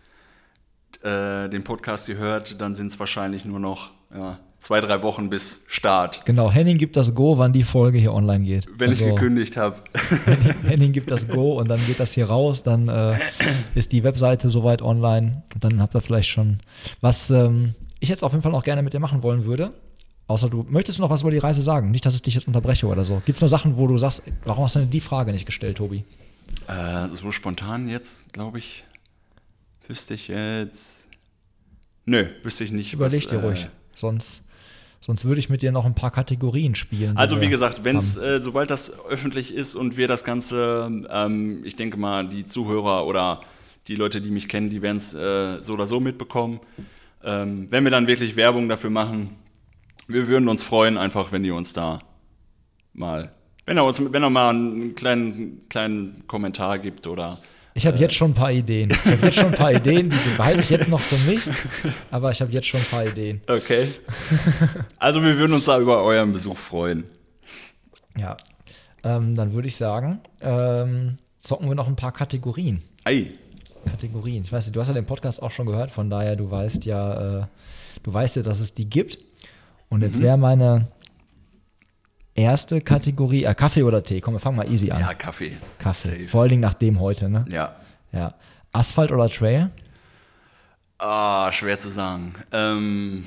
äh, den Podcast hier hört, dann sind es wahrscheinlich nur noch ja, zwei, drei Wochen bis Start, Genau, Henning gibt das Go, wann die Folge hier online geht. wenn Also, ich gekündigt habe. Henning gibt das Go und dann geht das hier raus, dann äh, ist die Webseite soweit online und dann habt ihr vielleicht schon was ähm, ich jetzt auf jeden Fall noch gerne mit dir machen wollen würde. Außer du, möchtest du noch was über die Reise sagen? Nicht, dass ich dich jetzt unterbreche oder so. Gibt es noch Sachen, wo du sagst, warum hast du denn die Frage nicht gestellt, Tobi? Äh, so spontan jetzt, glaube ich, wüsste ich jetzt. Nö, wüsste ich nicht. Überleg was, dir äh, ruhig. Sonst, sonst würde ich mit dir noch ein paar Kategorien spielen. die Also wir wie gesagt, wenn es, haben. äh, sobald das öffentlich ist und wir das Ganze, ähm, ich denke mal, die Zuhörer oder die Leute, die mich kennen, die werden es äh, so oder so mitbekommen. Ähm, wenn wir dann wirklich Werbung dafür machen, wir würden uns freuen, einfach wenn ihr uns da mal, wenn er uns, wenn er mal einen kleinen, kleinen Kommentar gibt oder. Ich habe äh, jetzt schon ein paar Ideen. Ich habe jetzt schon ein paar Ideen, die behalte ich jetzt noch für mich, aber ich habe jetzt schon ein paar Ideen. Okay. Also wir würden uns da über euren Besuch freuen. Ja, ähm, dann würde ich sagen, ähm, zocken wir noch ein paar Kategorien. Ei. Kategorien. Ich weiß nicht, du hast ja den Podcast auch schon gehört, von daher, du weißt ja, äh, du weißt ja, dass es die gibt. Und jetzt wäre meine erste Kategorie, äh, Kaffee oder Tee? Komm, wir fangen mal easy an. Ja, Kaffee. Kaffee. Safe. Vor allen Dingen nach dem heute, ne? Ja. Ja. Asphalt oder Trail? Ah, schwer zu sagen. Ähm,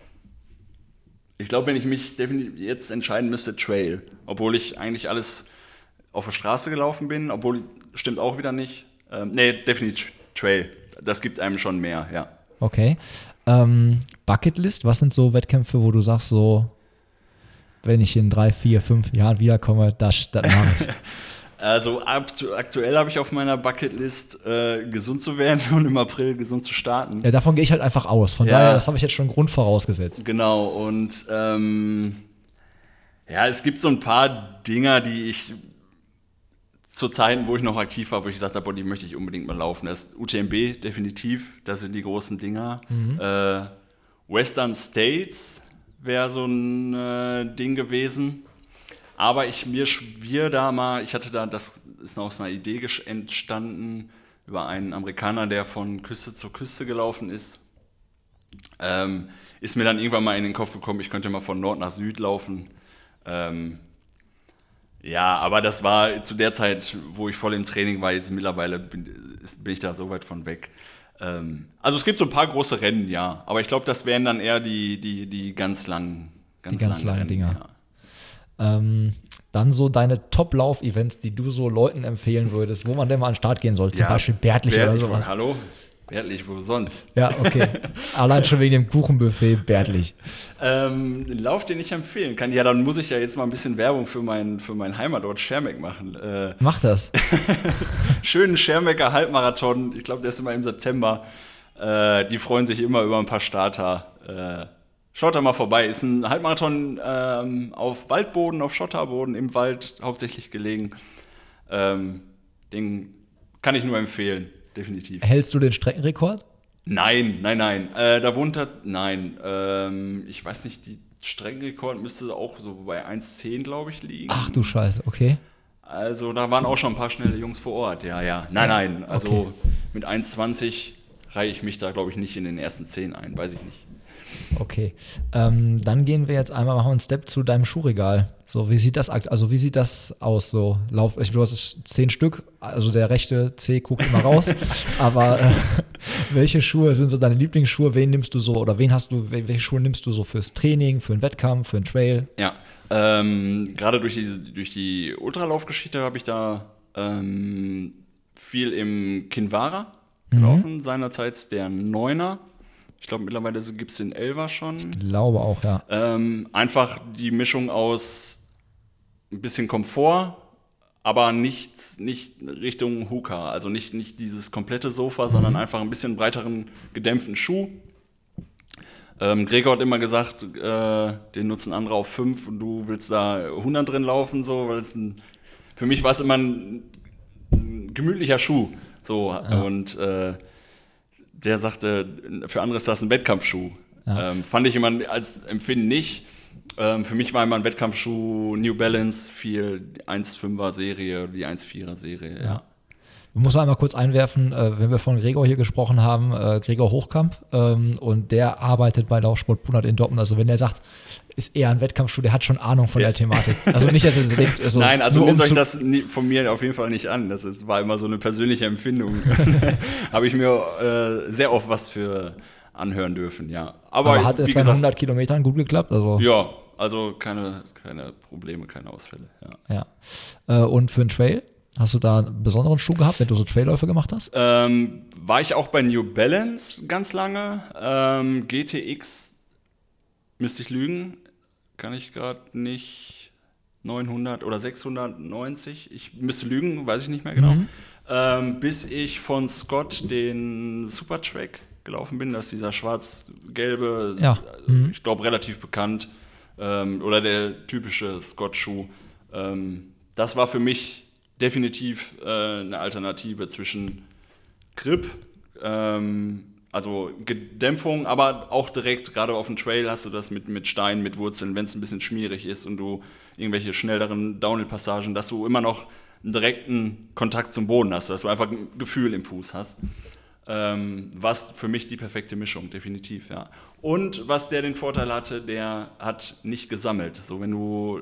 ich glaube, wenn ich mich definitiv jetzt entscheiden müsste, Trail. Obwohl ich eigentlich alles auf der Straße gelaufen bin, obwohl, stimmt auch wieder nicht. Ähm, nee, definitiv Trail. Das gibt einem schon mehr, ja. Okay. Ähm, Bucketlist, was sind so Wettkämpfe, wo du sagst, so, wenn ich in drei, vier, fünf Jahren wiederkomme, das, das mache ich. Also aktu- aktuell habe ich auf meiner Bucketlist, äh, gesund zu werden und im April gesund zu starten. Ja, davon gehe ich halt einfach aus. Von Ja. daher, das habe ich jetzt schon Grund vorausgesetzt. Genau, und ähm, ja, es gibt so ein paar Dinger, die ich zu Zeiten, wo ich noch aktiv war, wo ich gesagt habe, boah, die möchte ich unbedingt mal laufen. Das ist U T M B definitiv, das sind die großen Dinger. Mhm. Äh, Western States wäre so ein äh, Ding gewesen. Aber ich mir schwirr da mal, ich hatte da, das ist aus einer Idee entstanden, über einen Amerikaner, der von Küste zu Küste gelaufen ist. Ähm, ist mir dann irgendwann mal in den Kopf gekommen, ich könnte mal von Nord nach Süd laufen. Ähm, ja, aber das war zu der Zeit, wo ich voll im Training war, jetzt mittlerweile bin, ist, bin ich da so weit von weg. Ähm, also es gibt so ein paar große Rennen, ja, aber ich glaube, das wären dann eher die, die, die ganz langen, ganz die ganz langen Rennen, Dinger. Ja. Ähm, dann so deine Top-Lauf-Events, die du so Leuten empfehlen würdest, wo man denn mal an den Start gehen soll, zum Ja, Beispiel Bärtlich oder Bärtlich, sowas. Hallo? Bärtlich, wo sonst? Ja, okay. Allein schon wegen dem Kuchenbuffet Bärtlich. Ähm, einen Lauf, den ich empfehlen kann. Ja, dann muss ich ja jetzt mal ein bisschen Werbung für meinen für mein Heimatort Schermeck machen. Äh, Mach das. schönen Schermecker Halbmarathon. Ich glaube, der ist immer im September. Äh, die freuen sich immer über ein paar Starter. Äh, schaut da mal vorbei. Ist ein Halbmarathon ähm, auf Waldboden, auf Schotterboden, im Wald hauptsächlich gelegen. Ähm, den kann ich nur empfehlen. Definitiv. Hältst du den Streckenrekord? Nein, nein, nein. Äh, da wohnt er, nein. Ähm, ich weiß nicht, die Streckenrekord müsste auch so bei eins Zehn, glaube ich, liegen. Ach du Scheiße, okay. Also da waren auch schon ein paar schnelle Jungs vor Ort, ja, ja. Nein, nein, also okay. Mit eins zwanzig reihe ich mich da, glaube ich, nicht in den ersten zehn ein, weiß ich nicht. Okay, ähm, dann gehen wir jetzt einmal, machen wir einen Step zu deinem Schuhregal. So, wie sieht das, also wie sieht das aus? So, Lauf, ich glaube, es ist zehn Stück, also der rechte C guckt immer raus. Aber äh, welche Schuhe sind so deine Lieblingsschuhe? Wen nimmst du so oder wen hast du? Welche Schuhe nimmst du so fürs Training, für einen Wettkampf, für einen Trail? Ja, ähm, gerade durch die durch die Ultralaufgeschichte habe ich da ähm, viel im Kinvara gelaufen. Mhm. Seinerzeit der Neuner. Ich glaube, mittlerweile gibt es den Elfer schon. Ich glaube auch, ja. Ähm, einfach die Mischung aus ein bisschen Komfort, aber nicht, nicht Richtung Hookah. Also nicht, nicht dieses komplette Sofa, mhm. sondern einfach ein bisschen breiteren, gedämpften Schuh. Ähm, Gregor hat immer gesagt, äh, den nutzen andere auf fünf und du willst da hundert drin laufen. So, weil es ein, für mich war es immer ein, ein gemütlicher Schuh. So, ja. Und äh, der sagte, für andere ist das ein Wettkampfschuh. Ja. Ähm, fand ich immer als Empfinden nicht. Ähm, für mich war immer ein Wettkampfschuh New Balance, viel die eins Komma fünfer Serie, die eins Komma vierer Serie. Ja. Ja. Ich muss einmal kurz einwerfen, äh, wenn wir von Gregor hier gesprochen haben, äh, Gregor Hochkamp, ähm, und der arbeitet bei Laufsport Punert in Dortmund. Also wenn der sagt, ist eher ein Wettkampfschuh, der hat schon Ahnung von ja. der Thematik. Also nicht, dass er so denkt, also nein, also nur nehmt um euch das von mir auf jeden Fall nicht an. Das ist, war immer so eine persönliche Empfindung. Habe ich mir äh, sehr oft was für anhören dürfen, ja. Aber, Aber hat es bei hundert Kilometern gut geklappt? Also ja, also keine, keine Probleme, keine Ausfälle. Ja. ja. Äh, und für einen Trail? Hast du da einen besonderen Schuh gehabt, wenn du so Trailläufe gemacht hast? Ähm, war ich auch bei New Balance ganz lange. Ähm, G T X, müsste ich lügen, kann ich gerade nicht, neunhundert oder sechshundertneunzig, ich müsste lügen, weiß ich nicht mehr genau. Mhm. Ähm, bis ich von Scott den Supertrack gelaufen bin, das ist dieser schwarz-gelbe, ja. mhm. ich glaube relativ bekannt, ähm, oder der typische Scott-Schuh. Ähm, das war für mich definitiv äh, eine Alternative zwischen Grip, ähm, also Gedämpfung, aber auch direkt, gerade auf dem Trail hast du das mit, mit Steinen, mit Wurzeln, wenn es ein bisschen schmierig ist und du irgendwelche schnelleren Downhill-Passagen, dass du immer noch einen direkten Kontakt zum Boden hast, dass du einfach ein Gefühl im Fuß hast. Ähm, was für mich die perfekte Mischung, definitiv, ja. Und was der den Vorteil hatte, der hat nicht gesammelt. So, wenn du,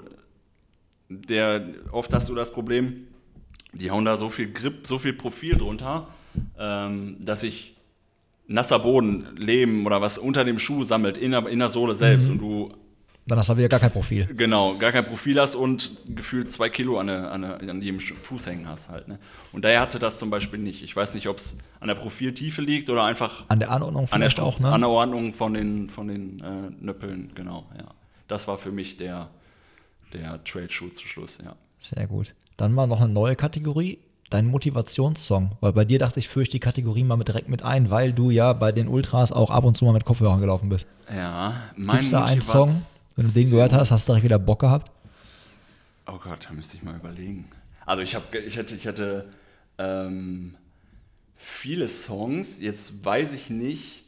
der, oft hast du das Problem, die hauen da so viel Grip, so viel Profil drunter, ähm, dass sich nasser Boden, Lehm oder was unter dem Schuh sammelt, in der, in der Sohle selbst. Mhm. Und du dann hast du wieder gar kein Profil. Genau, gar kein Profil hast und gefühlt zwei Kilo an, eine, an, eine, an jedem Fuß hängen hast halt. Ne? Und daher hatte das zum Beispiel nicht. Ich weiß nicht, ob es an der Profiltiefe liegt oder einfach an der Anordnung vielleicht an der, auch, ne? An der Ordnung von den, von den äh, Nöppeln, genau. Ja. Das war für mich der, der Trail-Schuh zu Schluss, ja. Sehr gut. Dann mal noch eine neue Kategorie, dein Motivationssong. Weil bei dir dachte ich, führe ich die Kategorie mal mit direkt mit ein, weil du ja bei den Ultras auch ab und zu mal mit Kopfhörern gelaufen bist. Ja, mein Gibt's da einen Song, wenn du den gehört hast, hast du direkt wieder Bock gehabt? Oh Gott, da müsste ich mal überlegen. Also ich, hab, ich hätte, ich hätte ähm, viele Songs, jetzt weiß ich nicht,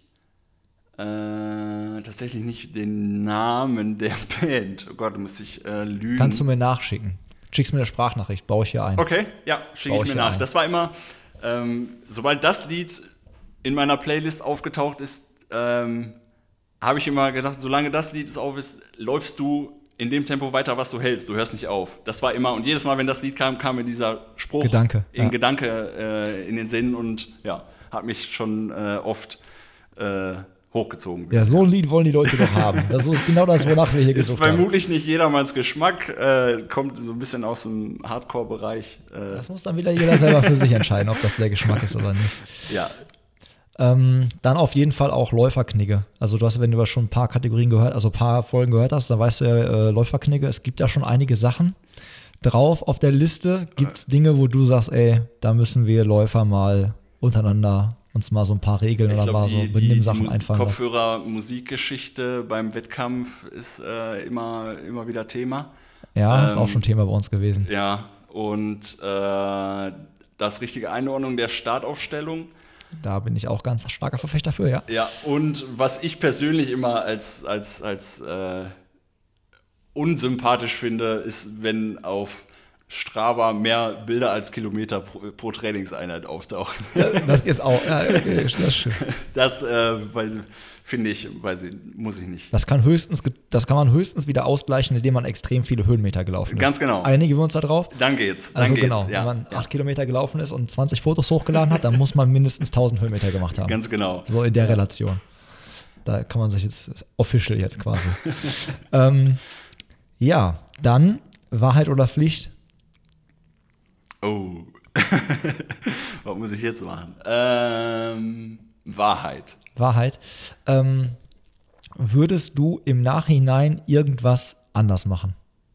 äh, tatsächlich nicht den Namen der Band. Oh Gott, da müsste ich äh, lügen. Kannst du mir nachschicken? Schickst mir eine Sprachnachricht, baue ich hier ein. Okay, ja, schicke ich mir nach. Ein. Das war immer, ähm, sobald das Lied in meiner Playlist aufgetaucht ist, ähm, habe ich immer gedacht, solange das Lied auf ist, läufst du in dem Tempo weiter, was du hältst. Du hörst nicht auf. Das war immer, und jedes Mal, wenn das Lied kam, kam mir dieser Spruch Gedanke, in ja. Gedanke äh, in den Sinn und ja, hat mich schon äh, oft äh, hochgezogen. Ja, so ein Lied wollen die Leute doch haben. Das ist genau das, wonach wir hier ist gesucht haben. Ist vermutlich nicht jedermanns Geschmack, äh, kommt so ein bisschen aus dem Hardcore-Bereich. Äh. Das muss dann wieder jeder selber für sich entscheiden, ob das der Geschmack ist oder nicht. Ja. Ähm, dann auf jeden Fall auch Läuferknigge. Also du hast, wenn du schon ein paar Kategorien gehört, also ein paar Folgen gehört hast, dann weißt du ja, äh, Läuferknigge, es gibt ja schon einige Sachen drauf auf der Liste. Gibt es Dinge, wo du sagst, ey, da müssen wir Läufer mal untereinander uns mal so ein paar Regeln ich oder glaub, mal so die, Benimmsachen die einfallen lassen. Kopfhörer-Musikgeschichte beim Wettkampf ist äh, immer, immer wieder Thema. Ja, ähm, ist auch schon Thema bei uns gewesen. Ja, und äh, das richtige Einordnung der Startaufstellung. Da bin ich auch ganz starker Verfechter für, ja. Ja, und was ich persönlich immer als, als, als äh, unsympathisch finde, ist, wenn auf Strava mehr Bilder als Kilometer pro, pro Trainingseinheit auftauchen. Das ist auch, ja, okay, das ist schön. Das äh, finde ich, weiß ich, muss ich nicht. Das kann höchstens, das kann man höchstens wieder ausgleichen, indem man extrem viele Höhenmeter gelaufen ist. Ganz genau. Einigen wir uns da drauf? Dann geht's. Dann also geht's. genau, ja, wenn man ja. acht Kilometer gelaufen ist und zwanzig Fotos hochgeladen hat, dann muss man mindestens tausend Höhenmeter gemacht haben. Ganz genau. So in der ja. Relation. Da kann man sich jetzt, official jetzt quasi. ähm, ja, dann Wahrheit oder Pflicht? Oh, was muss ich jetzt machen? Ähm, Wahrheit. Wahrheit. Ähm, würdest du im Nachhinein irgendwas anders machen?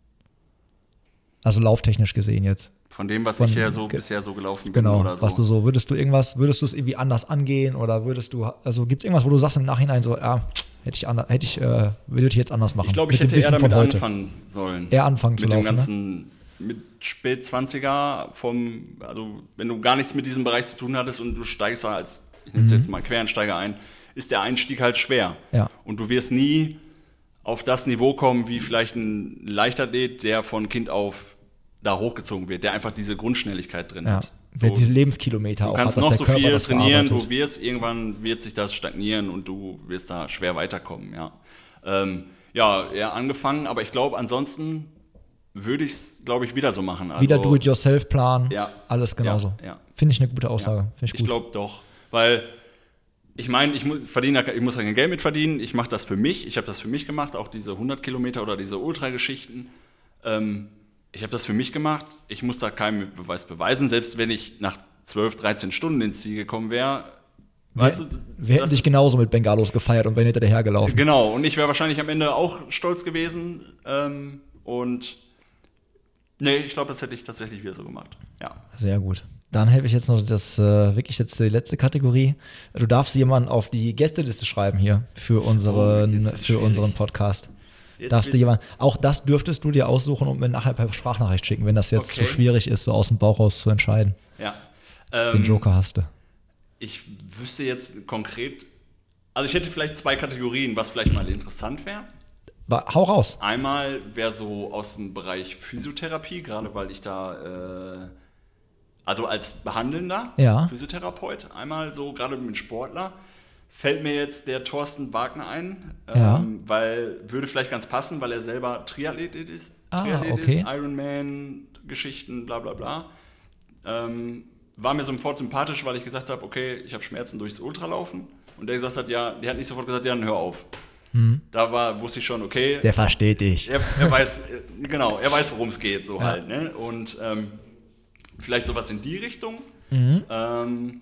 Also lauftechnisch gesehen jetzt. Von dem, was Von, ich ja so ge- bisher so gelaufen bin Genau, oder so. was du so, würdest du irgendwas, würdest du es irgendwie anders angehen oder würdest du, also gibt es irgendwas, wo du sagst im Nachhinein so, ja, hätte ich, ander, hätte ich, äh, würde ich jetzt anders machen? Ich glaube, ich mit dem hätte eher Wissen von damit heute. anfangen sollen. Eher anfangen zu mit laufen, dem ganzen, mit Spät-Zwanziger vom, also wenn du gar nichts mit diesem Bereich zu tun hattest und du steigst da als, ich nehme es Mhm. jetzt mal Quereinsteiger ein, ist der Einstieg halt schwer. Ja. Und du wirst nie auf das Niveau kommen, wie vielleicht ein Leichtathlet, der von Kind auf da hochgezogen wird, der einfach diese Grundschnelligkeit drin Ja. hat. Wer So, diese Lebenskilometer du auch kannst hat, dass noch der so Körper viel das trainieren, verarbeitet. du wirst, irgendwann wird sich das stagnieren und du wirst da schwer weiterkommen, ja. Ähm, ja, eher angefangen, aber ich glaube, ansonsten würde ich es, glaube ich, wieder so machen. Also, Wieder Do-it-yourself-Plan, Ja. alles genauso. Ja, ja. Finde ich eine gute Aussage. Ja, Finde ich ich gut. glaube doch, weil ich meine, ich, mu- verdiene ja- ich muss ja kein Geld mit verdienen, ich mache das für mich, ich habe das für mich gemacht, auch diese hundert Kilometer oder diese Ultrageschichten. Ähm, ich habe das für mich gemacht, ich muss da keinen Beweis beweisen, selbst wenn ich nach zwölf, dreizehn Stunden ins Ziel gekommen wäre. Weißt wir, du, wir hätten das dich ist- genauso mit Bengalos gefeiert und wären hinter dir hergelaufen. Genau, und ich wäre wahrscheinlich am Ende auch stolz gewesen. Ähm, und nee, ich glaube, das hätte ich tatsächlich wieder so gemacht. Ja. Sehr gut. Dann helfe ich jetzt noch das äh, wirklich jetzt die letzte Kategorie. Du darfst jemanden auf die Gästeliste schreiben hier für unseren, Oh, jetzt wird's für schwierig. unseren Podcast. Jetzt darfst du wird's- jemanden, auch das dürftest du dir aussuchen und mir nachher per Sprachnachricht schicken, wenn das jetzt Okay. zu schwierig ist, so aus dem Bauch raus zu entscheiden. Ja. Den Ähm, Joker hast du. Ich wüsste jetzt konkret, also ich hätte vielleicht zwei Kategorien, was vielleicht mal interessant wäre. Ba- Hau raus. Einmal wäre so aus dem Bereich Physiotherapie, gerade weil ich da, äh, also als Behandelnder, Ja. Physiotherapeut, einmal so gerade mit Sportler, fällt mir jetzt der Thorsten Wagner ein, Ja. ähm, weil würde vielleicht ganz passen, weil er selber Triathlet ist. Ah, Triathlet okay. ist, Ironman-Geschichten, bla bla bla. Ähm, war mir sofort sympathisch, weil ich gesagt habe, okay, ich habe Schmerzen durchs Ultralaufen. Und der gesagt hat, ja, der hat nicht sofort gesagt, ja, dann hör auf. Da war, wusste ich schon, okay, Der versteht dich. er, er weiß, äh, genau, er weiß, worum es geht, so Ja. halt. Ne? Und ähm, vielleicht sowas in die Richtung. Mhm. Ähm,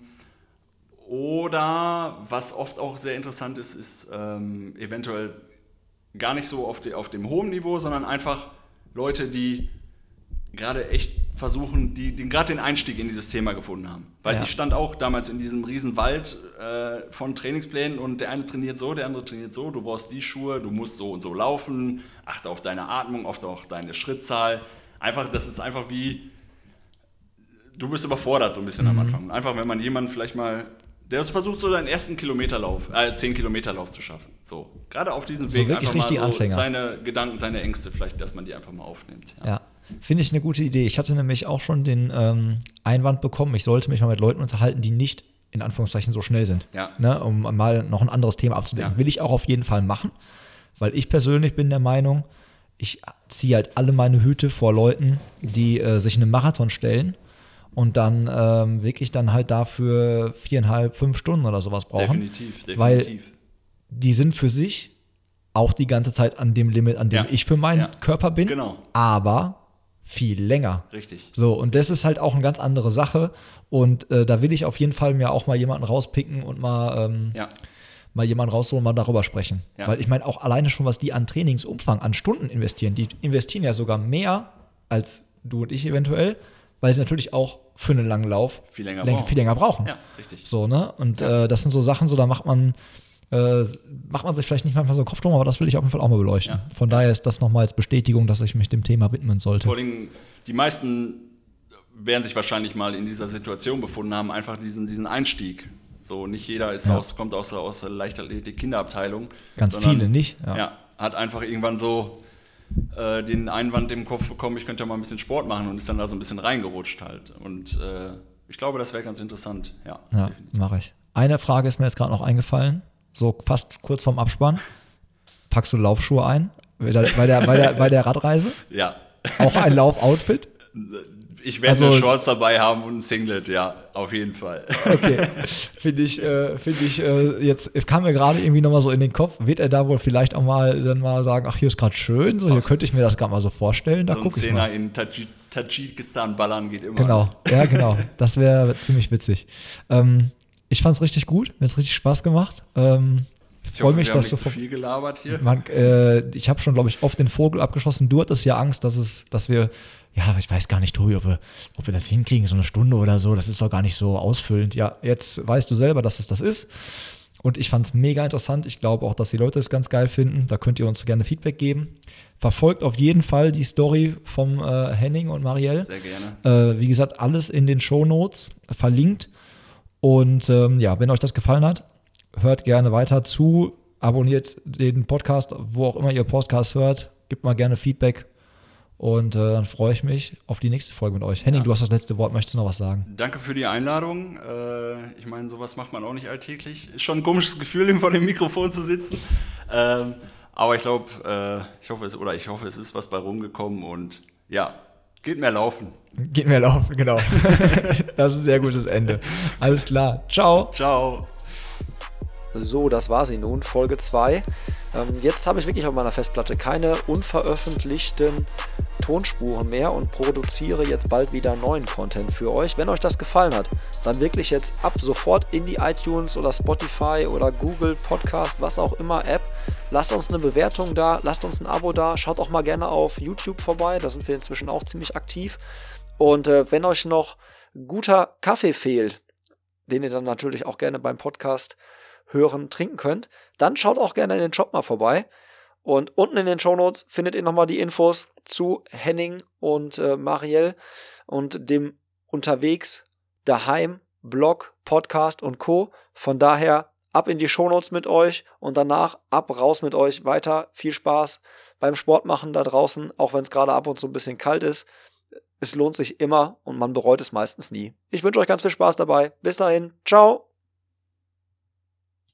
oder was oft auch sehr interessant ist, ist ähm, eventuell gar nicht so auf, die, auf dem hohen Niveau, sondern einfach Leute, die gerade echt versuchen, die, die gerade den Einstieg in dieses Thema gefunden haben. Weil Ja. ich stand auch damals in diesem riesen Wald äh, von Trainingsplänen und der eine trainiert so, der andere trainiert so, du brauchst die Schuhe, du musst so und so laufen, achte auf deine Atmung, achte auf deine Schrittzahl. Einfach, das ist einfach wie, du bist überfordert so ein bisschen mhm. am Anfang. Einfach, wenn man jemanden vielleicht mal, der versucht, so seinen ersten Kilometerlauf, äh, zehn Kilometerlauf zu schaffen. So, gerade auf diesem so Weg wirklich einfach mal so Anfänger. seine Gedanken, seine Ängste vielleicht, dass man die einfach mal aufnimmt. Ja, ja. Finde ich eine gute Idee. Ich hatte nämlich auch schon den ähm, Einwand bekommen, ich sollte mich mal mit Leuten unterhalten, die nicht in Anführungszeichen so schnell sind. Ja. Ne, um mal noch ein anderes Thema abzudecken. Ja. Will ich auch auf jeden Fall machen, weil ich persönlich bin der Meinung, ich ziehe halt alle meine Hüte vor Leuten, die äh, sich in einen Marathon stellen und dann ähm, wirklich dann halt dafür viereinhalb, fünf Stunden oder sowas brauchen. Definitiv, definitiv. Weil die sind für sich auch die ganze Zeit an dem Limit, an dem ja. ich für meinen ja. Körper bin, genau. aber viel länger. Richtig. So, und das ist halt auch eine ganz andere Sache und äh, da will ich auf jeden Fall mir auch mal jemanden rauspicken und mal ähm, ja. mal jemanden rausholen, mal darüber sprechen. Ja. Weil ich meine, auch alleine schon, was die an Trainingsumfang, an Stunden investieren, die investieren ja sogar mehr als du und ich eventuell, weil sie natürlich auch für einen langen Lauf viel länger, läng- brauchen. viel länger brauchen. Ja, richtig. So, ne? Und Ja. äh, das sind so Sachen, so da macht man äh, macht man sich vielleicht nicht manchmal so einen Kopf drum, aber das will ich auf jeden Fall auch mal beleuchten. Ja. Von daher ist das nochmal als Bestätigung, dass ich mich dem Thema widmen sollte. Vor allem, die meisten werden sich wahrscheinlich mal in dieser Situation befunden haben, einfach diesen, diesen Einstieg. So, nicht jeder ist Ja. aus, kommt aus der, aus der Leichtathletik-Kinderabteilung. Ganz sondern, viele nicht. Ja. Ja, hat einfach irgendwann so äh, den Einwand im Kopf bekommen, ich könnte ja mal ein bisschen Sport machen und ist dann da so ein bisschen reingerutscht halt. Und äh, ich glaube, das wäre ganz interessant. Ja, Ja, mache ich. Eine Frage ist mir jetzt gerade noch eingefallen, so fast kurz vorm Abspann. Packst du Laufschuhe ein bei der, bei der, bei der, bei der Radreise? Ja. Auch ein Laufoutfit? Ich werde Also- eine Shorts dabei haben und ein Singlet, ja, auf jeden Fall. Okay, finde ich, äh, finde ich, äh, jetzt kam mir gerade irgendwie nochmal so in den Kopf, wird er da wohl vielleicht auch mal dann mal sagen, ach, hier ist gerade schön, so, hier könnte ich mir das gerade mal so vorstellen, da So ein gucke ich Zehner mal. in Tadsch- Tadschikistan ballern geht immer. Genau, ja, genau, das wäre ziemlich witzig. Ähm, ich fand es richtig gut, mir hat es richtig Spaß gemacht. Ähm, Ich freue hoffe, mich, wir haben dass du nicht zu viel gelabert hier. Man, äh, ich habe schon, glaube ich, oft den Vogel abgeschossen. Du hattest ja Angst, dass es, dass wir, ja, ich weiß gar nicht, Tobi, ob wir, ob wir das hinkriegen, so eine Stunde oder so. Das ist doch gar nicht so ausfüllend. Ja, jetzt weißt du selber, dass es das ist. Und ich fand es mega interessant. Ich glaube auch, dass die Leute es ganz geil finden. Da könnt ihr uns gerne Feedback geben. Verfolgt auf jeden Fall die Story vom äh, Henning und Marielle. Sehr gerne. Äh, wie gesagt, alles in den Shownotes verlinkt. Und ähm, ja, wenn euch das gefallen hat, hört gerne weiter zu, abonniert den Podcast, wo auch immer ihr Podcast hört, gebt mal gerne Feedback und äh, dann freue ich mich auf die nächste Folge mit euch. Henning, Ja. du hast das letzte Wort, möchtest du noch was sagen? Danke für die Einladung. Äh, ich meine, sowas macht man auch nicht alltäglich. Ist schon ein komisches Gefühl, vor dem Mikrofon zu sitzen. Ähm, aber ich glaube, äh, ich hoffe es, oder ich hoffe, es ist was bei rumgekommen und ja, geht mehr laufen. Geht mir laufen, genau. Das ist ein sehr gutes Ende. Alles klar. Ciao. Ciao. So, das war sie nun, Folge zwei. Ähm, jetzt habe ich wirklich auf meiner Festplatte keine unveröffentlichten Tonspuren mehr und produziere jetzt bald wieder neuen Content für euch. Wenn euch das gefallen hat, dann wirklich jetzt ab sofort in die iTunes oder Spotify oder Google Podcast, was auch immer App. Lasst uns eine Bewertung da, lasst uns ein Abo da, schaut auch mal gerne auf YouTube vorbei, da sind wir inzwischen auch ziemlich aktiv. Und äh, wenn euch noch guter Kaffee fehlt, den ihr dann natürlich auch gerne beim Podcast hören, trinken könnt, dann schaut auch gerne in den Shop mal vorbei. Und unten in den Shownotes findet ihr nochmal die Infos zu Henning und äh, Marielle und dem Unterwegs, Daheim, Blog, Podcast und Co. Von daher ab in die Shownotes mit euch und danach ab raus mit euch weiter. Viel Spaß beim Sport machen da draußen, auch wenn es gerade ab und zu ein bisschen kalt ist. Es lohnt sich immer und man bereut es meistens nie. Ich wünsche euch ganz viel Spaß dabei. Bis dahin, ciao!